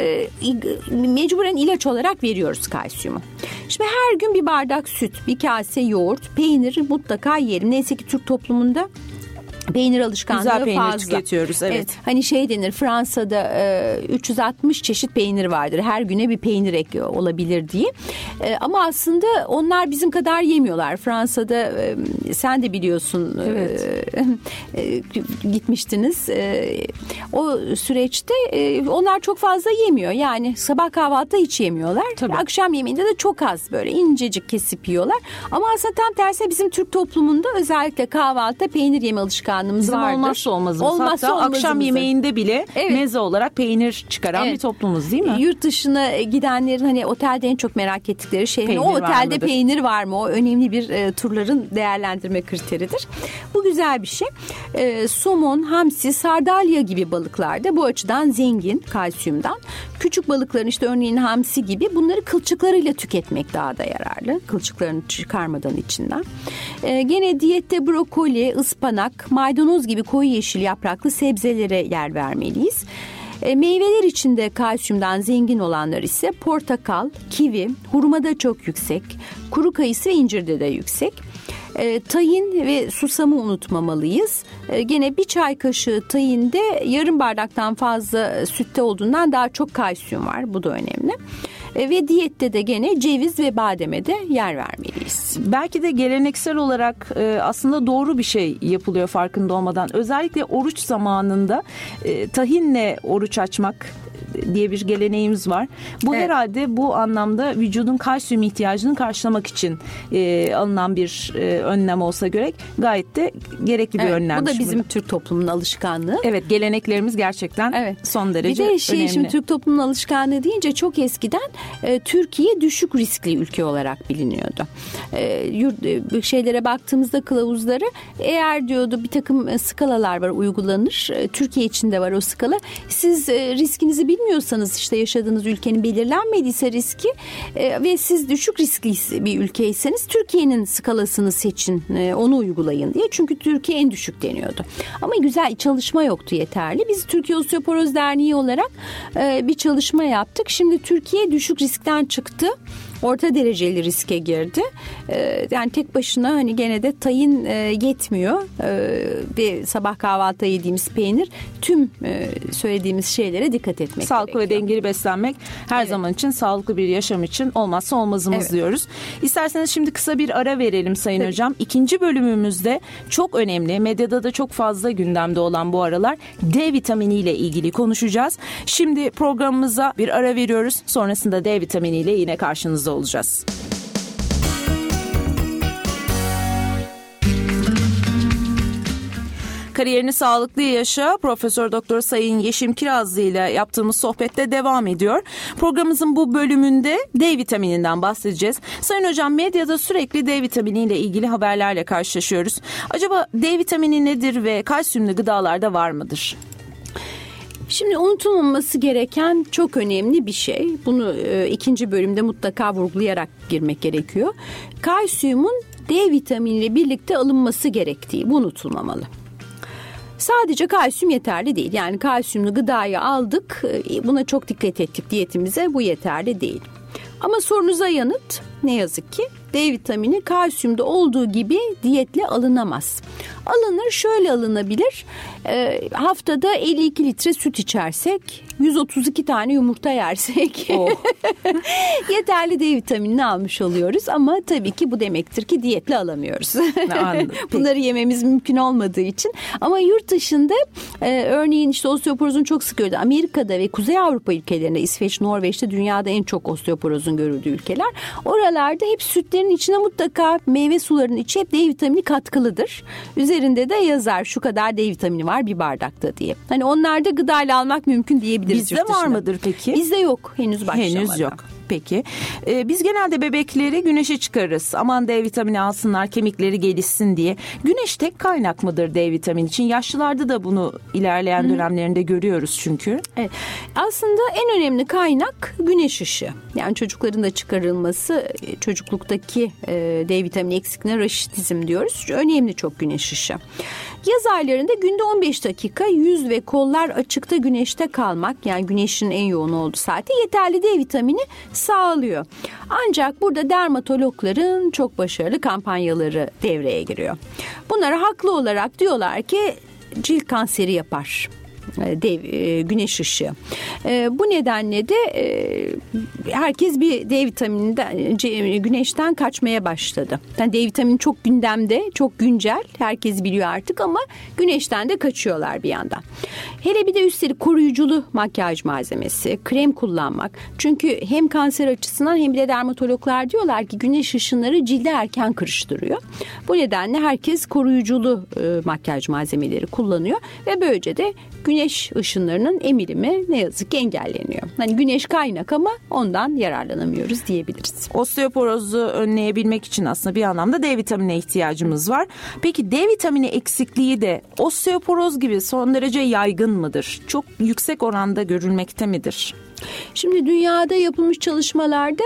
mecburen ilaç olarak veriyoruz kalsiyumu. Şimdi her gün bir bardak süt, bir kase yoğurt, peynir mutlaka yiyelim. Neyse ki Türk toplumunda peynir alışkanlığı güzel peynir fazla. tüketiyoruz, evet. Hani denir Fransa'da 360 çeşit peynir vardır. Her güne bir peynir ek olabilir diye. Ama aslında onlar bizim kadar yemiyorlar. Fransa'da sen de biliyorsun gitmiştiniz. O süreçte onlar çok fazla yemiyor. Yani sabah kahvaltıda hiç yemiyorlar. Tabii. Akşam yemeğinde de çok az böyle incecik kesip yiyorlar. Ama aslında tam tersine bizim Türk toplumunda özellikle kahvaltıda peynir yeme alışkanlığı bizim vardır. olmazsa olmazımız. Hatta akşam yemeğinde bile meze olarak peynir çıkaran bir toplumuz değil mi? Yurt dışına gidenlerin hani otelde en çok merak ettikleri şey peynir o otelde mıdır? Peynir var mı? O önemli bir turların değerlendirme kriteridir. Bu güzel bir şey. Somon, hamsi, sardalya gibi balıklarda bu açıdan zengin kalsiyumdan. Küçük balıkların örneğin hamsi gibi bunları kılçıklarıyla tüketmek daha da yararlı. Kılçıklarını çıkarmadan içinden. Gene diyette brokoli, ıspanak, maydanoz gibi koyu yeşil yapraklı sebzelere yer vermeliyiz. Meyveler içinde kalsiyumdan zengin olanlar ise portakal, kivi, hurmada çok yüksek, kuru kayısı ve incirde de yüksek. Tahin ve susamı unutmamalıyız. Gene bir çay kaşığı tahinde yarım bardaktan fazla sütte olduğundan daha çok kalsiyum var. Bu da önemli. Ve diyette de gene ceviz ve bademe de yer vermeliyiz. Belki de geleneksel olarak aslında doğru bir şey yapılıyor farkında olmadan. Özellikle oruç zamanında tahinle oruç açmak diye bir geleneğimiz var. Bu herhalde bu anlamda vücudun kalsiyum ihtiyacını karşılamak için alınan bir önlem olsa gerek. Gayet de gerekli bir önlemmiş. Bu da bizim Türk toplumunun alışkanlığı. Evet, geleneklerimiz gerçekten son derece önemli. Bir de şimdi Türk toplumunun alışkanlığı deyince çok eskiden Türkiye düşük riskli ülke olarak biliniyordu. Şeylere baktığımızda kılavuzları eğer diyordu bir takım skalalar var uygulanır. Türkiye içinde var o skala. Siz riskinizi bilmiyorsanız yaşadığınız ülkenin belirlenmediyse riski ve siz düşük riskli bir ülkeyseniz Türkiye'nin skalasını seçin, onu uygulayın diye. Çünkü Türkiye en düşük deniyordu. Ama güzel çalışma yoktu yeterli. Biz Türkiye Osteoporoz Derneği olarak bir çalışma yaptık. Şimdi Türkiye düşük riskten çıktı. Orta dereceli riske girdi. Yani tek başına gene de tayin yetmiyor. Ve sabah kahvaltıda yediğimiz peynir tüm söylediğimiz şeylere dikkat etmek sağlıklı gerekiyor. ve dengeli beslenmek her zaman için sağlıklı bir yaşam için olmazsa olmazımız diyoruz. İsterseniz şimdi kısa bir ara verelim Sayın Hocam. İkinci bölümümüzde çok önemli, medyada da çok fazla gündemde olan bu aralar D vitamini ile ilgili konuşacağız. Şimdi programımıza bir ara veriyoruz. Sonrasında D vitamini ile yine karşınızda olacağız. Kariyerini sağlıklı yaşa Profesör Doktor Sayın Yeşim Kirazlı ile yaptığımız sohbette devam ediyor. Programımızın bu bölümünde D vitamininden bahsedeceğiz. Sayın hocam, medyada sürekli D vitaminiyle ilgili haberlerle karşılaşıyoruz. Acaba D vitamini nedir ve kalsiyumlu gıdalarda var mıdır? Şimdi unutulmaması gereken çok önemli bir şey. Bunu ikinci bölümde mutlaka vurgulayarak girmek gerekiyor. Kalsiyumun D vitaminiyle birlikte alınması gerektiği bu unutulmamalı. Sadece kalsiyum yeterli değil. Yani kalsiyumlu gıdayı aldık, buna çok dikkat ettik diyetimize, bu yeterli değil. Ama sorunuza yanıt ne yazık ki D vitamini kalsiyumda olduğu gibi diyetle alınamaz. Alınır, şöyle alınabilir. Haftada 52 litre süt içersek, 132 tane yumurta yersek yeterli D vitaminini almış oluyoruz. Ama tabii ki bu demektir ki diyetle alamıyoruz. Bunları yememiz mümkün olmadığı için. Ama yurt dışında örneğin işte osteoporozun çok sık gördüğü Amerika'da ve Kuzey Avrupa ülkelerinde, İsveç, Norveç'te dünyada en çok osteoporozun görüldüğü ülkeler. Oralarda hep sütlerin içine mutlaka meyve sularının içi hep D vitamini katkılıdır. Üzerinde de yazar şu kadar D vitamini var bir bardakta diye. Hani onlarda gıdayla almak mümkün diyebiliriz. Bizde var mıdır peki? Bizde yok. Henüz başlamadı. Henüz yok. Peki. Biz genelde bebekleri güneşe çıkarırız. Aman D vitamini alsınlar, kemikleri gelişsin diye. Güneş tek kaynak mıdır D vitamini için? Yaşlılarda da bunu ilerleyen dönemlerinde görüyoruz çünkü. Evet. Aslında en önemli kaynak güneş ışığı. Yani çocukların da çıkarılması, çocukluktaki D vitamini eksikliğine raşitizm diyoruz. Önemli çok güneş ışığı. Yaz aylarında günde 15 dakika yüz ve kollar açıkta güneşte kalmak, yani güneşin en yoğun olduğu saatte yeterli D vitamini sağlıyor. Ancak burada dermatologların çok başarılı kampanyaları devreye giriyor. Bunlar haklı olarak diyorlar ki cilt kanseri yapar güneş ışığı. Bu nedenle de herkes bir D vitamininden, güneşten kaçmaya başladı. Yani D vitamini çok gündemde, çok güncel. Herkes biliyor artık ama güneşten de kaçıyorlar bir yandan. Hele bir de üstelik koruyuculu makyaj malzemesi, krem kullanmak. Çünkü hem kanser açısından hem de dermatologlar diyorlar ki güneş ışınları cilde erken kırıştırıyor. Bu nedenle herkes koruyuculu makyaj malzemeleri kullanıyor ve böylece de güneş ışınlarının emilimi ne yazık ki engelleniyor. Hani güneş kaynak ama ondan yararlanamıyoruz diyebiliriz. Osteoporozu önleyebilmek için aslında bir anlamda D vitaminine ihtiyacımız var. Peki D vitamini eksikliği de osteoporoz gibi son derece yaygın mıdır? Çok yüksek oranda görülmekte midir? Şimdi dünyada yapılmış çalışmalarda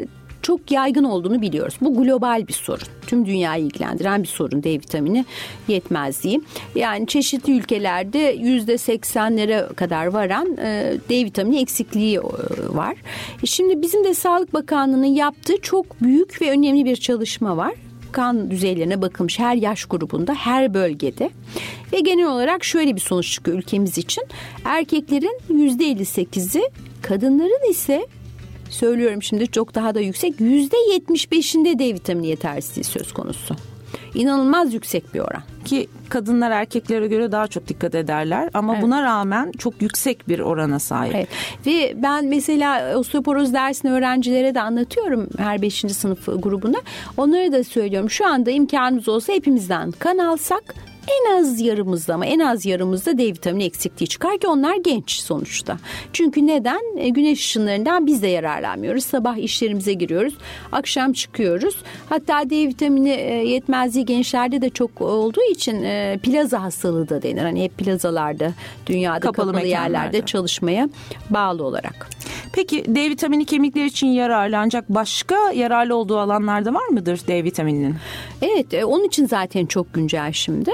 çok yaygın olduğunu biliyoruz. Bu global bir sorun. Tüm dünyayı ilgilendiren bir sorun D vitamini yetmezliği. Yani çeşitli ülkelerde %80'lere kadar varan D vitamini eksikliği var. Şimdi bizim de Sağlık Bakanlığı'nın yaptığı çok büyük ve önemli bir çalışma var. Kan düzeylerine bakılmış her yaş grubunda, her bölgede ve genel olarak şöyle bir sonuç çıkıyor ülkemiz için. Erkeklerin %58'i, kadınların ise söylüyorum şimdi çok daha da yüksek %75'inde D vitamini yetersizliği söz konusu. İnanılmaz yüksek bir oran. Ki kadınlar erkeklere göre daha çok dikkat ederler ama evet, buna rağmen çok yüksek bir orana sahip. Evet. Ve ben mesela osteoporoz dersini öğrencilere de anlatıyorum her 5. sınıf grubuna. Onlara da söylüyorum, şu anda imkanımız olsa hepimizden kan alsak en az yarımızda D vitamini eksikliği çıkar ki onlar genç sonuçta. Çünkü neden? Güneş ışınlarından biz de yararlanmıyoruz. Sabah işlerimize giriyoruz, akşam çıkıyoruz. Hatta D vitamini yetmezliği gençlerde de çok olduğu için plaza hastalığı da denir. Hani hep plazalarda, dünyada kapalı yerlerde çalışmaya bağlı olarak. Peki D vitamini kemikler için yararlı ancak başka yararlı olduğu alanlarda var mıdır D vitamininin? Evet, onun için zaten çok güncel şimdi.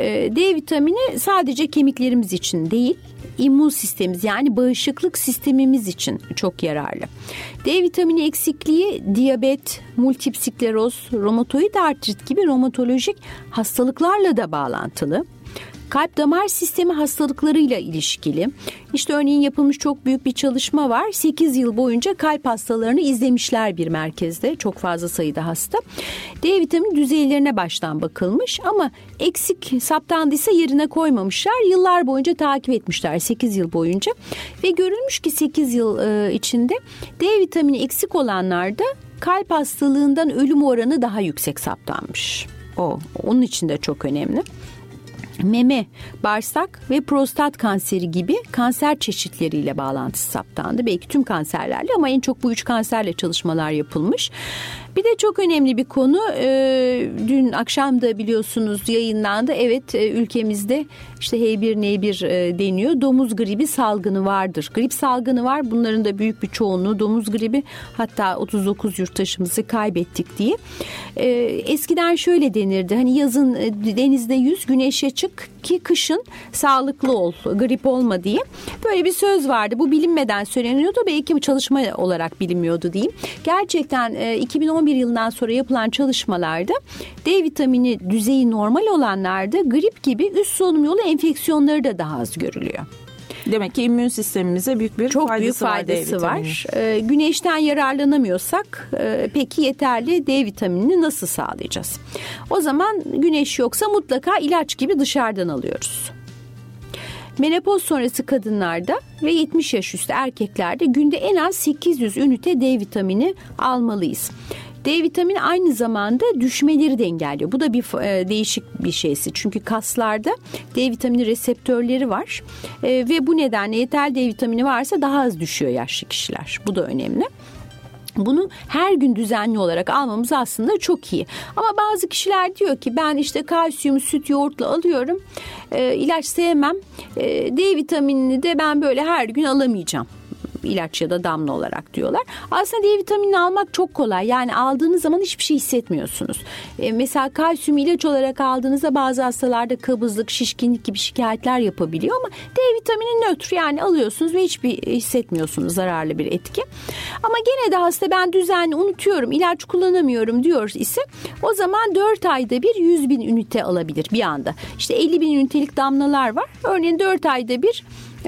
D vitamini sadece kemiklerimiz için değil, immün sistemimiz yani bağışıklık sistemimiz için çok yararlı. D vitamini eksikliği diyabet, multip skleroz, romatoid artrit gibi romatolojik hastalıklarla da bağlantılı. Kalp damar sistemi hastalıklarıyla ilişkili. İşte örneğin yapılmış çok büyük bir çalışma var. 8 yıl boyunca kalp hastalarını izlemişler bir merkezde. Çok fazla sayıda hasta. D vitamini düzeylerine baştan bakılmış ama eksik saptandıysa yerine koymamışlar. Yıllar boyunca takip etmişler 8 yıl boyunca. Ve görülmüş ki 8 yıl içinde D vitamini eksik olanlarda kalp hastalığından ölüm oranı daha yüksek saptanmış. Onun için de çok önemli. meme, bağırsak ve prostat kanseri gibi kanser çeşitleriyle bağlantısı saptandı. Belki tüm kanserlerle ama en çok bu 3 kanserle çalışmalar yapılmış. Bir de çok önemli bir konu, dün akşam da biliyorsunuz yayınlandı. Evet, ülkemizde işte H1N1 deniyor. Domuz gribi salgını vardır. Grip salgını var. Bunların da büyük bir çoğunluğu domuz gribi. Hatta 39 yurttaşımızı kaybettik diye. Eskiden şöyle denirdi. Hani yazın denizde yüz, güneşe çık ki kışın sağlıklı ol, grip olma diye. Böyle bir söz vardı. Bu bilinmeden söyleniyordu. Belki bu çalışma olarak bilinmiyordu diyeyim. Gerçekten 2011 yılından sonra yapılan çalışmalarda D vitamini düzeyi normal olanlarda grip gibi üst solunum yolu enfeksiyonları da daha az görülüyor. Demek ki immün sistemimize büyük bir faydası var. Güneşten yararlanamıyorsak peki yeterli D vitaminini nasıl sağlayacağız? O zaman güneş yoksa mutlaka ilaç gibi dışarıdan alıyoruz. Menopoz sonrası kadınlarda ve 70 yaş üstü erkeklerde günde en az 800 ünite D vitamini almalıyız. D vitamini aynı zamanda düşmeleri de engelliyor. Bu da bir değişik bir şeysi. Çünkü kaslarda D vitamini reseptörleri var. Ve bu nedenle yeterli D vitamini varsa daha az düşüyor yaşlı kişiler. Bu da önemli. Bunu her gün düzenli olarak almamız aslında çok iyi. Ama bazı kişiler diyor ki ben işte kalsiyumu süt yoğurtla alıyorum. İlaç sevmem. D vitaminini de ben böyle her gün alamayacağım. İlaç ya da damla olarak diyorlar. Aslında D vitaminini almak çok kolay. Yani aldığınız zaman hiçbir şey hissetmiyorsunuz. Mesela kalsiyum ilaç olarak aldığınızda bazı hastalarda kabızlık, şişkinlik gibi şikayetler yapabiliyor ama D vitamini nötr, yani alıyorsunuz ve hiçbir hissetmiyorsunuz zararlı bir etki. Ama gene de hasta ben düzenli unutuyorum, ilaç kullanamıyorum diyor ise o zaman 4 ayda bir 100.000 ünite alabilir bir anda. İşte 50.000 ünitelik damlalar var. Örneğin 4 ayda bir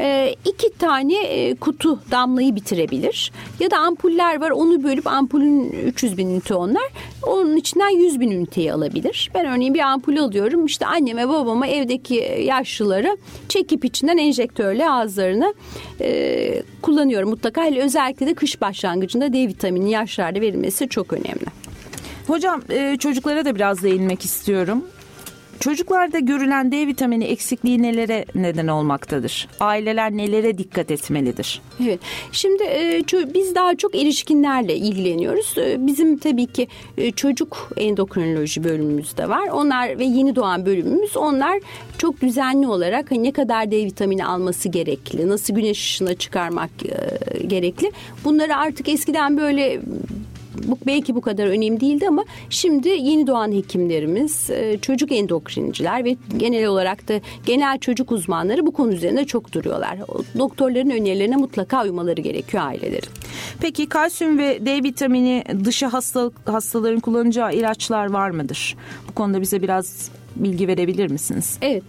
2 tane kutu damlayı bitirebilir. Ya da ampuller var, onu bölüp ampulün 300.000 ünite onlar. Onun içinden 100.000 üniteyi alabilir. Ben örneğin bir ampul alıyorum. İşte anneme babama evdeki yaşlıları çekip içinden enjektörle ağızlarına kullanıyorum. Mutlaka özellikle de kış başlangıcında D vitamini yaşlarda verilmesi çok önemli. Hocam çocuklara da biraz değinmek istiyorum. Çocuklarda görülen D vitamini eksikliği nelere neden olmaktadır? Aileler nelere dikkat etmelidir? Evet. Şimdi biz daha çok erişkinlerle ilgileniyoruz. Bizim tabii ki çocuk endokrinoloji bölümümüz de var. Onlar ve yeni doğan bölümümüz. Onlar çok düzenli olarak ne kadar D vitamini alması gerekli, nasıl güneş ışığına çıkarmak gerekli. Bunları artık eskiden böyle belki bu kadar önemli değildi ama şimdi yeni doğan hekimlerimiz, çocuk endokrinciler ve genel olarak da genel çocuk uzmanları bu konu üzerinde çok duruyorlar. Doktorların önerilerine mutlaka uymaları gerekiyor ailelerin. Peki kalsiyum ve D vitamini dışı hastaların kullanacağı ilaçlar var mıdır? Bu konuda bize biraz bilgi verebilir misiniz? Evet.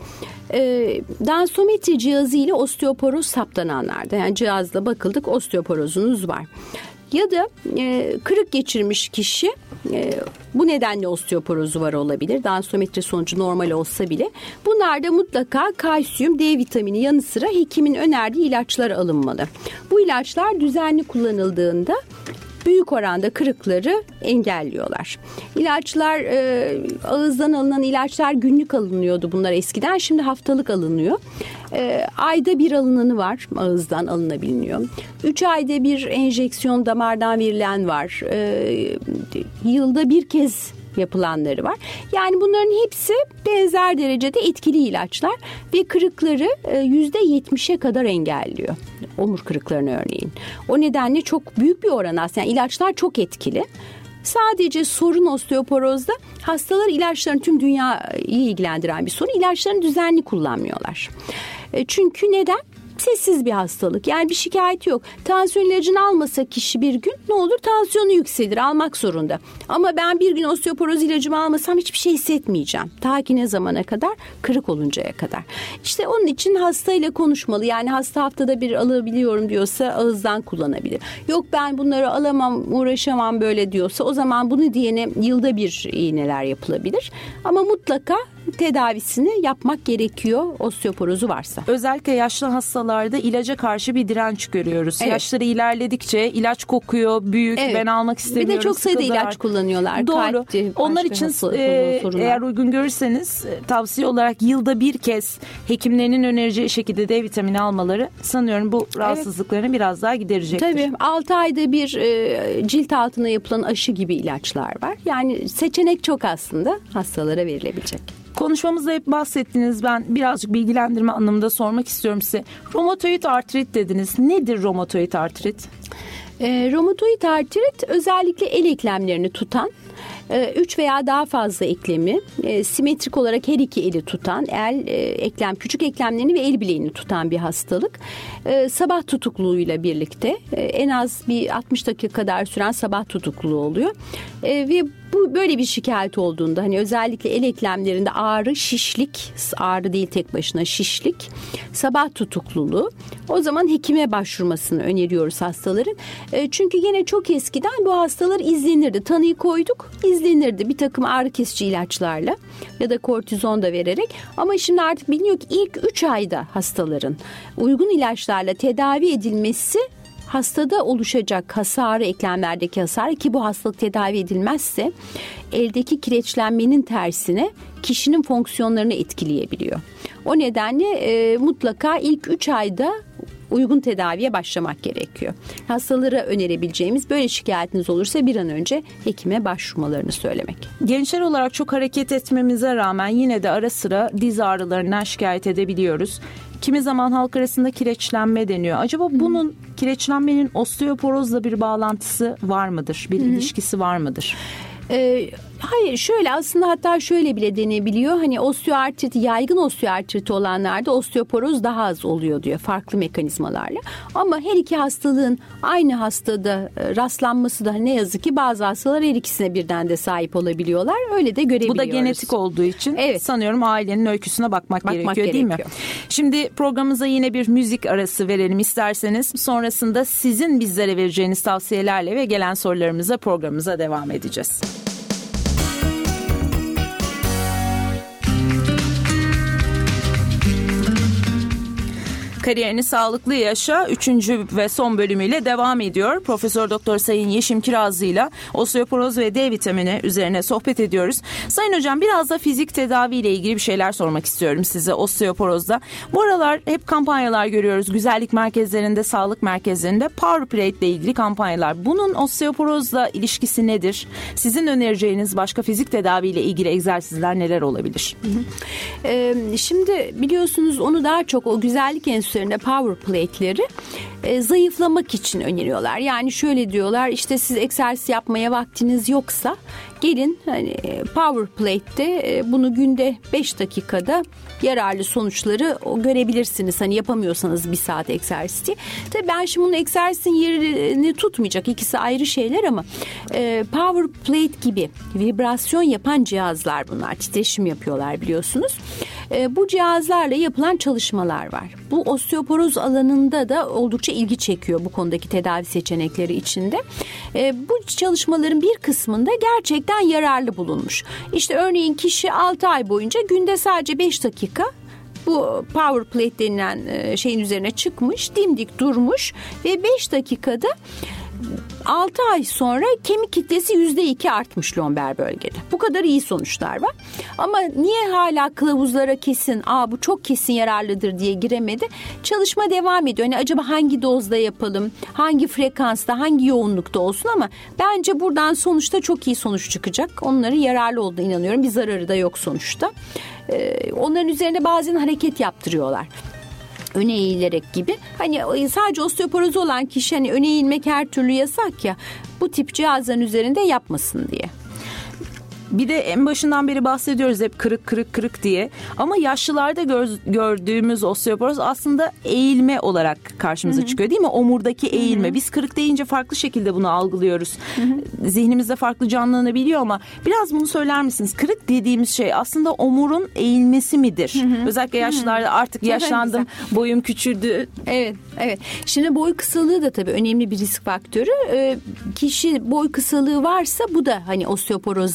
Densometri cihazı ile osteoporoz saptananlarda, yani cihazla bakıldık, osteoporozunuz var. Ya da kırık geçirmiş kişi bu nedenle osteoporozu var olabilir. Densometri sonucu normal olsa bile. Bunlarda mutlaka kalsiyum, D vitamini yanı sıra hekimin önerdiği ilaçlar alınmalı. Bu ilaçlar düzenli kullanıldığında büyük oranda kırıkları engelliyorlar. İlaçlar, ağızdan alınan ilaçlar günlük alınıyordu bunlar eskiden. Şimdi haftalık alınıyor. Ayda bir alınanı var, ağızdan alınabiliyor. 3 ayda bir enjeksiyon damardan verilen var. Yılda bir kez yapılanları var. Yani bunların hepsi benzer derecede etkili ilaçlar ve kırıkları %70'e kadar engelliyor. Omur kırıklarını örneğin. O nedenle çok büyük bir oran aslında. Yani ilaçlar çok etkili. Sadece sorun osteoporozda hastalar ilaçlarını, tüm dünyayı ilgilendiren bir sorun, ilaçlarını düzenli kullanmıyorlar. Çünkü neden? Sessiz bir hastalık. Yani bir şikayet yok. Tansiyon ilacını almasa kişi bir gün ne olur? Tansiyonu yükselir. Almak zorunda. Ama ben bir gün osteoporoz ilacımı almasam hiçbir şey hissetmeyeceğim. Ta ki ne zamana kadar? Kırık oluncaya kadar. İşte onun için hastayla konuşmalı. Yani hasta haftada bir alabiliyorum diyorsa ağızdan kullanabilir. Yok ben bunları alamam, uğraşamam böyle diyorsa o zaman bunu diyene yılda bir iğneler yapılabilir. Ama mutlaka tedavisini yapmak gerekiyor osteoporozu varsa. Özellikle yaşlı hastalarda ilaca karşı bir direnç görüyoruz. Evet. Yaşları ilerledikçe ilaç kokuyor, büyük, ben almak istemiyorum. Bir de çok sayıda ilaç kullanıyorlar. Doğru. Kalpti, onlar için eğer uygun görürseniz tavsiye olarak yılda bir kez hekimlerinin önereceği şekilde D vitamini almaları sanıyorum bu rahatsızlıklarını biraz daha giderecektir. Tabii 6 ayda bir cilt altına yapılan aşı gibi ilaçlar var. Yani seçenek çok aslında hastalara verilebilecek. Konuşmamızda hep bahsettiniz. Ben birazcık bilgilendirme anlamında sormak istiyorum size. Romatoid artrit dediniz. Nedir romatoid artrit? Romatoid artrit özellikle el eklemlerini tutan, 3 veya daha fazla eklemi simetrik olarak her iki eli tutan, eklem, küçük eklemlerini ve el bileğini tutan bir hastalık. Sabah tutukluğuyla birlikte en az bir 60 dakika kadar süren sabah tutukluğu oluyor. Ve bu böyle bir şikayet olduğunda hani özellikle el eklemlerinde ağrı, şişlik, ağrı değil tek başına şişlik, sabah tutukluluğu, o zaman hekime başvurmasını öneriyoruz hastaların. Çünkü yine çok eskiden bu hastalar izlenirdi. Tanıyı koyduk, izlenirdi bir takım ağrı kesici ilaçlarla ya da kortizon da vererek. Ama şimdi artık biliniyor ki ilk 3 ayda hastaların uygun ilaçlarla tedavi edilmesi hastada oluşacak hasarı, eklemlerdeki hasarı, ki bu hastalık tedavi edilmezse eldeki kireçlenmenin tersine kişinin fonksiyonlarını etkileyebiliyor. O nedenle mutlaka ilk 3 ayda uygun tedaviye başlamak gerekiyor. Hastalara önerebileceğimiz, böyle şikayetiniz olursa bir an önce hekime başvurmalarını söylemek. Gençler olarak çok hareket etmemize rağmen yine de ara sıra diz ağrılarından şikayet edebiliyoruz. Kimi zaman halk arasında kireçlenme deniyor. Acaba bunun, kireçlenmenin osteoporozla bir bağlantısı var mıdır? Bir ilişkisi var mıdır? Hayır, şöyle aslında, hatta şöyle bile denebiliyor. Hani osteoartrit, yaygın osteoartrit olanlarda osteoporoz daha az oluyor diyor farklı mekanizmalarla. Ama her iki hastalığın aynı hastada rastlanması da ne yazık ki bazı hastalar her ikisine birden de sahip olabiliyorlar. Öyle de görebiliyoruz. Bu da genetik olduğu için sanıyorum ailenin öyküsüne bakmak gerekiyor değil mi? Şimdi programımıza yine bir müzik arası verelim isterseniz. Sonrasında sizin bizlere vereceğiniz tavsiyelerle ve gelen sorularımıza programımıza devam edeceğiz. Kariyerini Sağlıklı Yaşa 3. ve son bölümüyle devam ediyor. Profesör Doktor Sayın Yeşim Kirazlı ile osteoporoz ve D vitamini üzerine sohbet ediyoruz. Sayın Hocam, biraz da fizik tedavi ile ilgili bir şeyler sormak istiyorum size osteoporozda. Bu aralar hep kampanyalar görüyoruz. Güzellik merkezlerinde, sağlık merkezlerinde Power Plate ile ilgili kampanyalar. Bunun osteoporozla ilişkisi nedir? Sizin önereceğiniz başka fizik tedavi ile ilgili egzersizler neler olabilir? Şimdi biliyorsunuz onu daha çok o güzellik enstitülerinde power plate'leri zayıflamak için öneriyorlar. Yani şöyle diyorlar, işte siz egzersiz yapmaya vaktiniz yoksa gelin hani power plate'te bunu günde 5 dakikada yararlı sonuçları görebilirsiniz. Hani yapamıyorsanız 1 saat egzersizi. Tabii ben şimdi bunun egzersizin yerini tutmayacak. İkisi ayrı şeyler ama power plate gibi vibrasyon yapan cihazlar bunlar. Titreşim yapıyorlar biliyorsunuz. Bu cihazlarla yapılan çalışmalar var. Bu osteoporoz alanında da oldukça ilgi çekiyor bu konudaki tedavi seçenekleri içinde. Bu çalışmaların bir kısmında gerçekten yararlı bulunmuş. İşte örneğin kişi 6 ay boyunca günde sadece 5 dakika bu power plate denilen şeyin üzerine çıkmış, dimdik durmuş ve 5 dakikada 6 ay sonra kemik kitlesi %2 artmış lomber bölgede. Bu kadar iyi sonuçlar var. Ama niye hala kılavuzlara kesin, bu çok kesin yararlıdır diye giremedi? Çalışma devam ediyor. Yani acaba hangi dozda yapalım, hangi frekansta, hangi yoğunlukta olsun, ama bence buradan sonuçta çok iyi sonuç çıkacak. Onların yararlı olduğuna inanıyorum. Bir zararı da yok sonuçta. Onların üzerine bazen hareket yaptırıyorlar. Öne eğilerek gibi. Hani sadece osteoporozu olan kişi, hani öne eğilmek her türlü yasak ya, bu tip cihazların üzerinde yapmasın diye. Bir de en başından beri bahsediyoruz hep kırık diye. Ama yaşlılarda gördüğümüz osteoporoz aslında eğilme olarak karşımıza çıkıyor değil mi? Omurdaki eğilme. Biz kırık deyince farklı şekilde bunu algılıyoruz. Zihnimizde farklı canlanabiliyor ama biraz bunu söyler misiniz? Kırık dediğimiz şey aslında omurun eğilmesi midir? Özellikle yaşlılarda artık yaşlandım, boyum küçüldü. Evet. Şimdi boy kısalığı da tabii önemli bir risk faktörü. Kişi boy kısalığı varsa bu da hani osteoporoza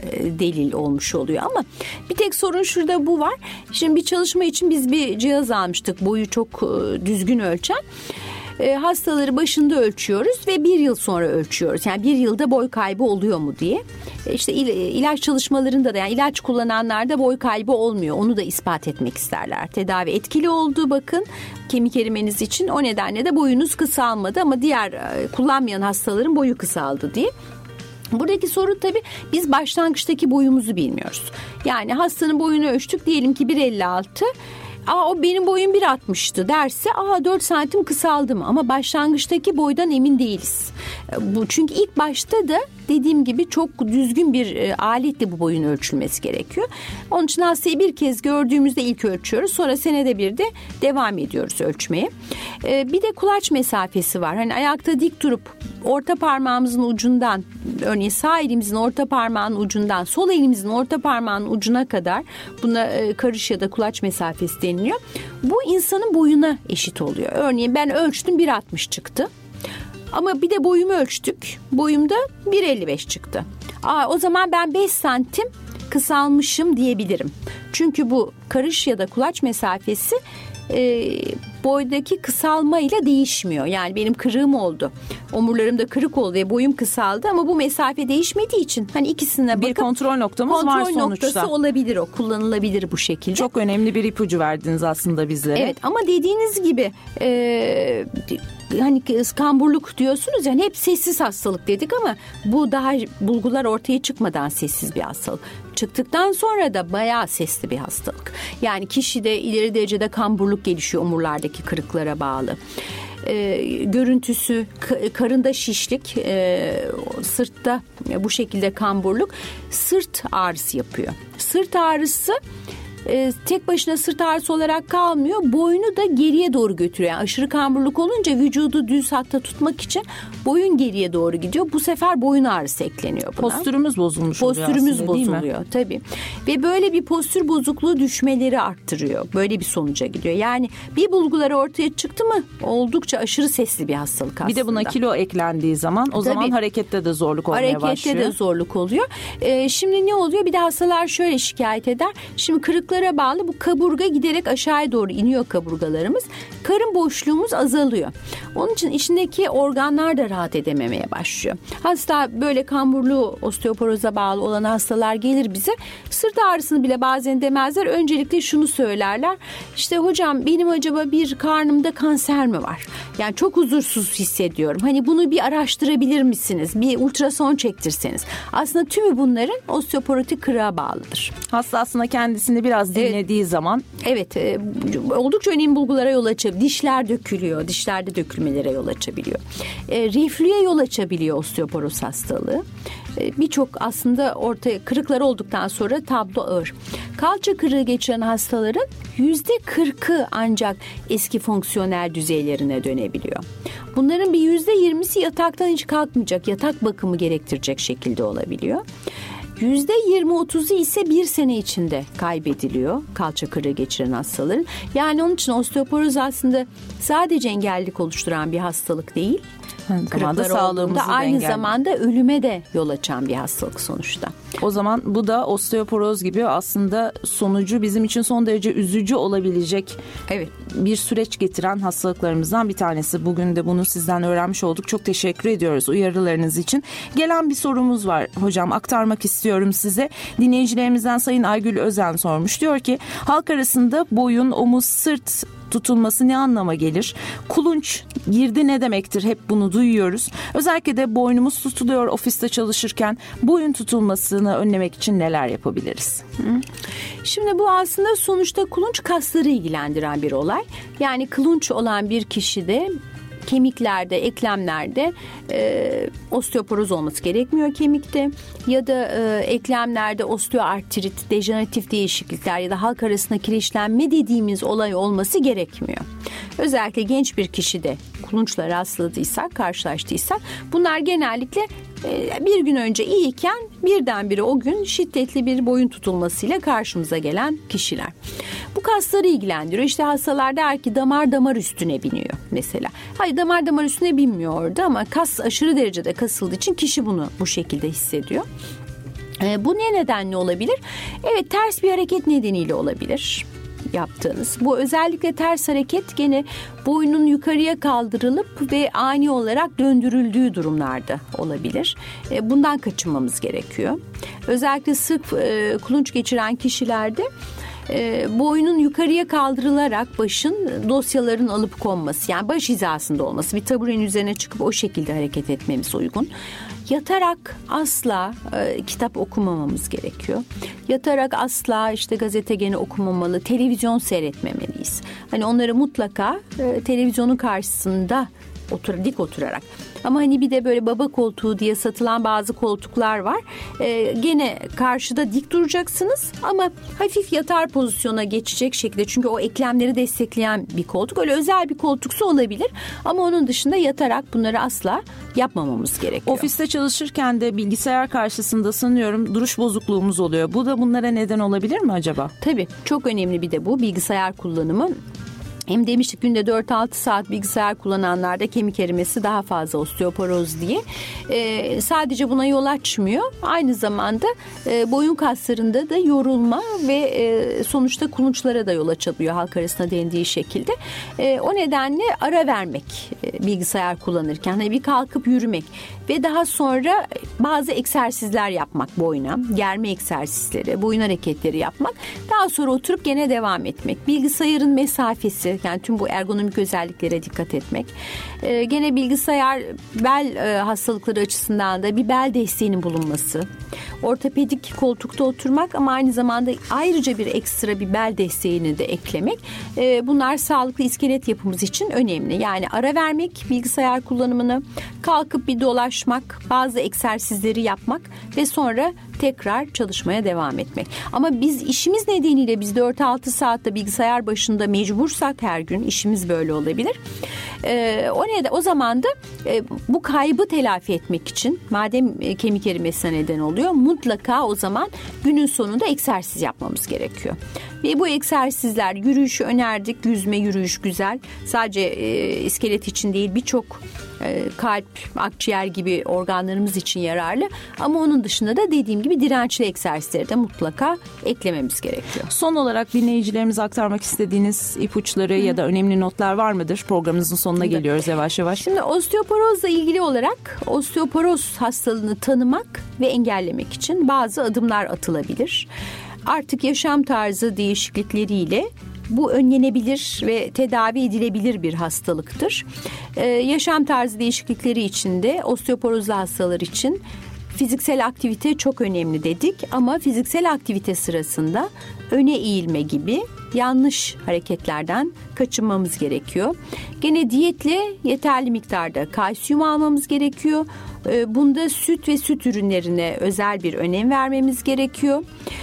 delil olmuş oluyor. Ama bir tek sorun şurada bu var. Şimdi bir çalışma için biz bir cihaz almıştık. Boyu çok düzgün ölçen. Hastaları başında ölçüyoruz ve 1 yıl sonra ölçüyoruz. Yani 1 yılda boy kaybı oluyor mu diye. İşte ilaç çalışmalarında da, yani ilaç kullananlarda boy kaybı olmuyor. Onu da ispat etmek isterler. Tedavi etkili oldu bakın kemik erimeniz için. O nedenle de boyunuz kısalmadı ama diğer kullanmayan hastaların boyu kısaldı diye. Buradaki sorun tabii biz başlangıçtaki boyumuzu bilmiyoruz. Yani hastanın boyunu ölçtük, diyelim ki 1.56. O benim boyum 1.60'tı derse 4 santim kısaldı mı? Ama başlangıçtaki boydan emin değiliz. Bu çünkü ilk başta da dediğim gibi çok düzgün bir aletle bu boyun ölçülmesi gerekiyor. Onun için hastayı bir kez gördüğümüzde ilk ölçüyoruz. Sonra senede bir de devam ediyoruz ölçmeye. Bir de kulaç mesafesi var. Hani ayakta dik durup orta parmağımızın ucundan, örneğin sağ elimizin orta parmağının ucundan sol elimizin orta parmağının ucuna kadar, buna karış ya da kulaç mesafesi deniliyor. Bu insanın boyuna eşit oluyor. Örneğin ben ölçtüm 1.60 çıktı. Ama bir de boyumu ölçtük. Boyumda 1.55 çıktı. O zaman ben 5 santim kısalmışım diyebilirim. Çünkü bu karış ya da kulaç mesafesi boydaki kısalmayla değişmiyor. Yani benim kırığım oldu. Omurlarımda kırık oldu ve boyum kısaldı ama bu mesafe değişmediği için hani ikisine bakıp bir kontrol noktamız var sonuçta. Kontrol noktası olabilir, o kullanılabilir bu şekilde. Çok önemli bir ipucu verdiniz aslında bizlere. Evet, ama dediğiniz gibi hani kamburluk diyorsunuz, yani hep sessiz hastalık dedik ama bu daha bulgular ortaya çıkmadan sessiz bir hastalık. Çıktıktan sonra da bayağı sesli bir hastalık. Yani kişide ileri derecede kamburluk gelişiyor omurlardaki kırıklara bağlı. Görüntüsü, karında şişlik, sırtta bu şekilde kamburluk, sırt ağrısı yapıyor. Sırt ağrısı tek başına sırt ağrısı olarak kalmıyor. Boynu da geriye doğru götürüyor. Yani aşırı kamburluk olunca vücudu düz hatta tutmak için boyun geriye doğru gidiyor. Bu sefer boyun ağrısı ekleniyor buna. Postürümüz bozulmuş oluyor Postürümüz aslında, bozuluyor tabii. Ve böyle bir postür bozukluğu düşmeleri arttırıyor. Böyle bir sonuca gidiyor. Yani bir bulguları ortaya çıktı mı oldukça aşırı sesli bir hastalık aslında. Bir de buna kilo eklendiği zaman o zaman harekette de zorluk olmaya başlıyor. Harekette de zorluk oluyor. Şimdi ne oluyor? Bir de hastalar şöyle şikayet eder. Şimdi kırıklara bağlı bu kaburga giderek aşağıya doğru iniyor kaburgalarımız. Karın boşluğumuz azalıyor. Onun için içindeki organlar da rahat edememeye başlıyor. Hasta böyle kamburlu osteoporoza bağlı olan hastalar gelir bize. Sırt ağrısını bile bazen demezler. Öncelikle şunu söylerler. İşte hocam benim acaba bir karnımda kanser mi var? Yani çok huzursuz hissediyorum. Hani bunu bir araştırabilir misiniz? Bir ultrason çektirseniz. Aslında tümü bunların osteoporotik kırığa bağlıdır. Hasta aslında kendisini biraz dinlediği zaman. Evet, oldukça önemli bulgulara yol açabiliyor. Dişler dökülüyor. Dişlerde dökülmelere yol açabiliyor. Reflüye yol açabiliyor osteoporoz hastalığı. Birçok aslında ortaya kırıklar olduktan sonra tablo ağır. Kalça kırığı geçiren hastaların %40'ı ancak eski fonksiyonel düzeylerine dönebiliyor. Bunların bir %20'si yataktan hiç kalkmayacak, yatak bakımı gerektirecek şekilde olabiliyor. %20-30'u ise bir sene içinde kaybediliyor kalça kırığı geçiren hastaların. Yani onun için osteoporoz aslında sadece engellilik oluşturan bir hastalık değil. Kırıklar olduğunda aynı zamanda ölüme de yol açan bir hastalık sonuçta. O zaman bu da osteoporoz gibi aslında sonucu bizim için son derece üzücü olabilecek bir süreç getiren hastalıklarımızdan bir tanesi. Bugün de bunu sizden öğrenmiş olduk. Çok teşekkür ediyoruz uyarılarınız için. Gelen bir sorumuz var hocam, aktarmak istiyorum size. Dinleyicilerimizden Sayın Aygül Özen sormuş. Diyor ki halk arasında boyun, omuz, sırt tutulması ne anlama gelir? Kulunç girdi ne demektir? Hep bunu duyuyoruz. Özellikle de boynumuz tutuluyor ofiste çalışırken. Boyun tutulmasını önlemek için neler yapabiliriz? Şimdi bu aslında sonuçta kulunç kasları ilgilendiren bir olay. Yani kulunç olan bir kişide kemiklerde, eklemlerde osteoporoz olması gerekmiyor kemikte. Ya da eklemlerde osteoartrit, dejeneratif değişiklikler ya da halk arasında kireçlenme dediğimiz olay olması gerekmiyor. Özellikle genç bir kişide kulunçla rastladıysak, karşılaştıysak bunlar genellikle bir gün önce iyiyken birdenbire o gün şiddetli bir boyun tutulmasıyla karşımıza gelen kişiler. Bu kasları ilgilendiriyor. İşte hastalar der ki damar üstüne biniyor mesela. Hayır, damar üstüne binmiyor orada ama kas aşırı derecede kasıldığı için kişi bunu bu şekilde hissediyor. Bu ne nedenle olabilir? Evet, ters bir hareket nedeniyle olabilir yaptığınız. Bu özellikle ters hareket gene boynun yukarıya kaldırılıp ve ani olarak döndürüldüğü durumlarda olabilir. Bundan kaçınmamız gerekiyor. Özellikle sık kulunç geçiren kişilerde boynun yukarıya kaldırılarak başın dosyaların alıp konması, yani baş hizasında olması, bir taburenin üzerine çıkıp o şekilde hareket etmemiz uygun. Yatarak asla kitap okumamamız gerekiyor. Yatarak asla işte gazete gene okumamalı, televizyon seyretmemeliyiz. Hani onları mutlaka televizyonun karşısında dik oturarak. Ama hani bir de böyle baba koltuğu diye satılan bazı koltuklar var. Gene karşıda dik duracaksınız ama hafif yatar pozisyona geçecek şekilde. Çünkü o eklemleri destekleyen bir koltuk. Öyle özel bir koltuksa olabilir. Ama onun dışında yatarak bunları asla yapmamamız gerekiyor. Ofiste çalışırken de bilgisayar karşısında sanıyorum duruş bozukluğumuz oluyor. Bu da bunlara neden olabilir mi acaba? Tabii, çok önemli bir de bu bilgisayar kullanımı. Hem demiştik günde 4-6 saat bilgisayar kullananlarda kemik erimesi daha fazla, osteoporoz diye. Sadece buna yol açmıyor. Aynı zamanda boyun kaslarında da yorulma ve sonuçta kulunçlara da yol açabiliyor halk arasında dendiği şekilde. O nedenle ara vermek bilgisayar kullanırken, hani bir kalkıp yürümek ve daha sonra bazı egzersizler yapmak boyuna, germe egzersizleri, boyun hareketleri yapmak. Daha sonra oturup gene devam etmek. Bilgisayarın mesafesi, yani tüm bu ergonomik özelliklere dikkat etmek. Gene bilgisayar bel hastalıkları açısından da bir bel desteğinin bulunması. Ortopedik koltukta oturmak ama aynı zamanda ayrıca bir ekstra bir bel desteğini de eklemek. Bunlar sağlıklı iskelet yapımız için önemli. Yani ara vermek bilgisayar kullanımını, kalkıp bir dolaşmak, bazı egzersizleri yapmak ve sonra tekrar çalışmaya devam etmek. Ama biz işimiz nedeniyle 4-6 saatte bilgisayar başında mecbursak her gün, işimiz böyle olabilir. O zaman da bu kaybı telafi etmek için, madem kemik erimesine neden oluyor, mutlaka o zaman günün sonunda egzersiz yapmamız gerekiyor. Ve bu egzersizler, yürüyüşü önerdik. Yüzme, yürüyüş güzel. Sadece iskelet için değil, birçok kalp, akciğer gibi organlarımız için yararlı. Ama onun dışında da dediğim gibi dirençli egzersizleri de mutlaka eklememiz gerekiyor. Son olarak dinleyicilerimize aktarmak istediğiniz ipuçları ya da önemli notlar var mıdır? Programımızın sonuna geliyoruz yavaş yavaş. Şimdi osteoporozla ilgili olarak osteoporoz hastalığını tanımak ve engellemek için bazı adımlar atılabilir. Artık yaşam tarzı değişiklikleriyle bu önlenebilir ve tedavi edilebilir bir hastalıktır. Yaşam tarzı değişiklikleri için de osteoporozlu hastalar için fiziksel aktivite çok önemli dedik ama fiziksel aktivite sırasında öne eğilme gibi yanlış hareketlerden kaçınmamız gerekiyor. Gene diyetle yeterli miktarda kalsiyum almamız gerekiyor. Bunda süt ve süt ürünlerine özel bir önem vermemiz gerekiyor.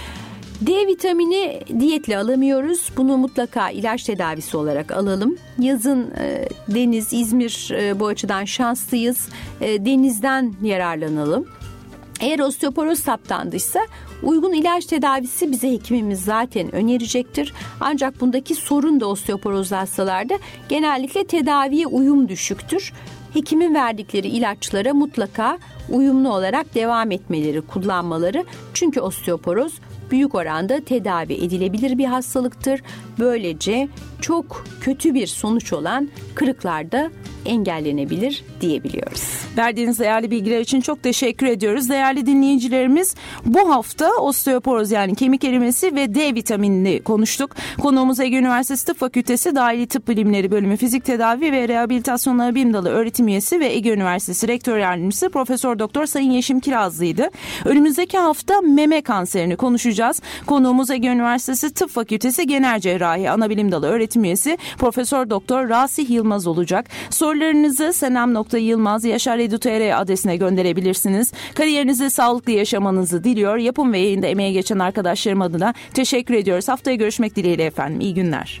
D vitamini diyetle alamıyoruz. Bunu mutlaka ilaç tedavisi olarak alalım. Yazın deniz, İzmir bu açıdan şanslıyız. Denizden yararlanalım. Eğer osteoporoz saptandıysa uygun ilaç tedavisi bize hekimimiz zaten önerecektir. Ancak bundaki sorun da osteoporozlu hastalarda genellikle tedaviye uyum düşüktür. Hekimin verdikleri ilaçlara mutlaka uyumlu olarak devam etmeleri, kullanmaları. Çünkü osteoporoz büyük oranda tedavi edilebilir bir hastalıktır. Böylece çok kötü bir sonuç olan kırıklar da engellenebilir diyebiliyoruz. Verdiğiniz değerli bilgiler için çok teşekkür ediyoruz. Değerli dinleyicilerimiz, bu hafta osteoporoz yani kemik erimesi ve D vitaminini konuştuk. Konuğumuz Ege Üniversitesi Tıp Fakültesi Dahili Tıp Bilimleri Bölümü Fizik Tedavi ve Rehabilitasyon Anabilim Dalı öğretim üyesi ve Ege Üniversitesi Rektör Yardımcısı Profesör Doktor Sayın Yeşim Kirazlı'ydı. Önümüzdeki hafta meme kanserini konuşacağız. Konuğumuz Ege Üniversitesi Tıp Fakültesi Genel Cerrahi Anabilim Dalı öğretim üyesi Profesör Doktor Rasih Yılmaz olacak. Sorularınızı senem.yılmaz@yaşar.edu.tr adresine gönderebilirsiniz. Kariyerinizi sağlıklı yaşamanızı diliyor. Yapım ve yayında emeğe geçen arkadaşlarım adına teşekkür ediyoruz. Haftaya görüşmek dileğiyle efendim. İyi günler.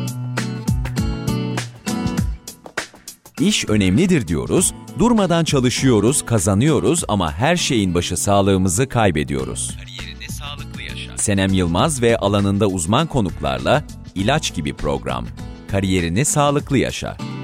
İş önemlidir diyoruz, durmadan çalışıyoruz, kazanıyoruz ama her şeyin başı sağlığımızı kaybediyoruz. Kariyerinde sağlıklı yaşa. Senem Yılmaz ve alanında uzman konuklarla ilaç gibi program. Kariyerini sağlıklı yaşa.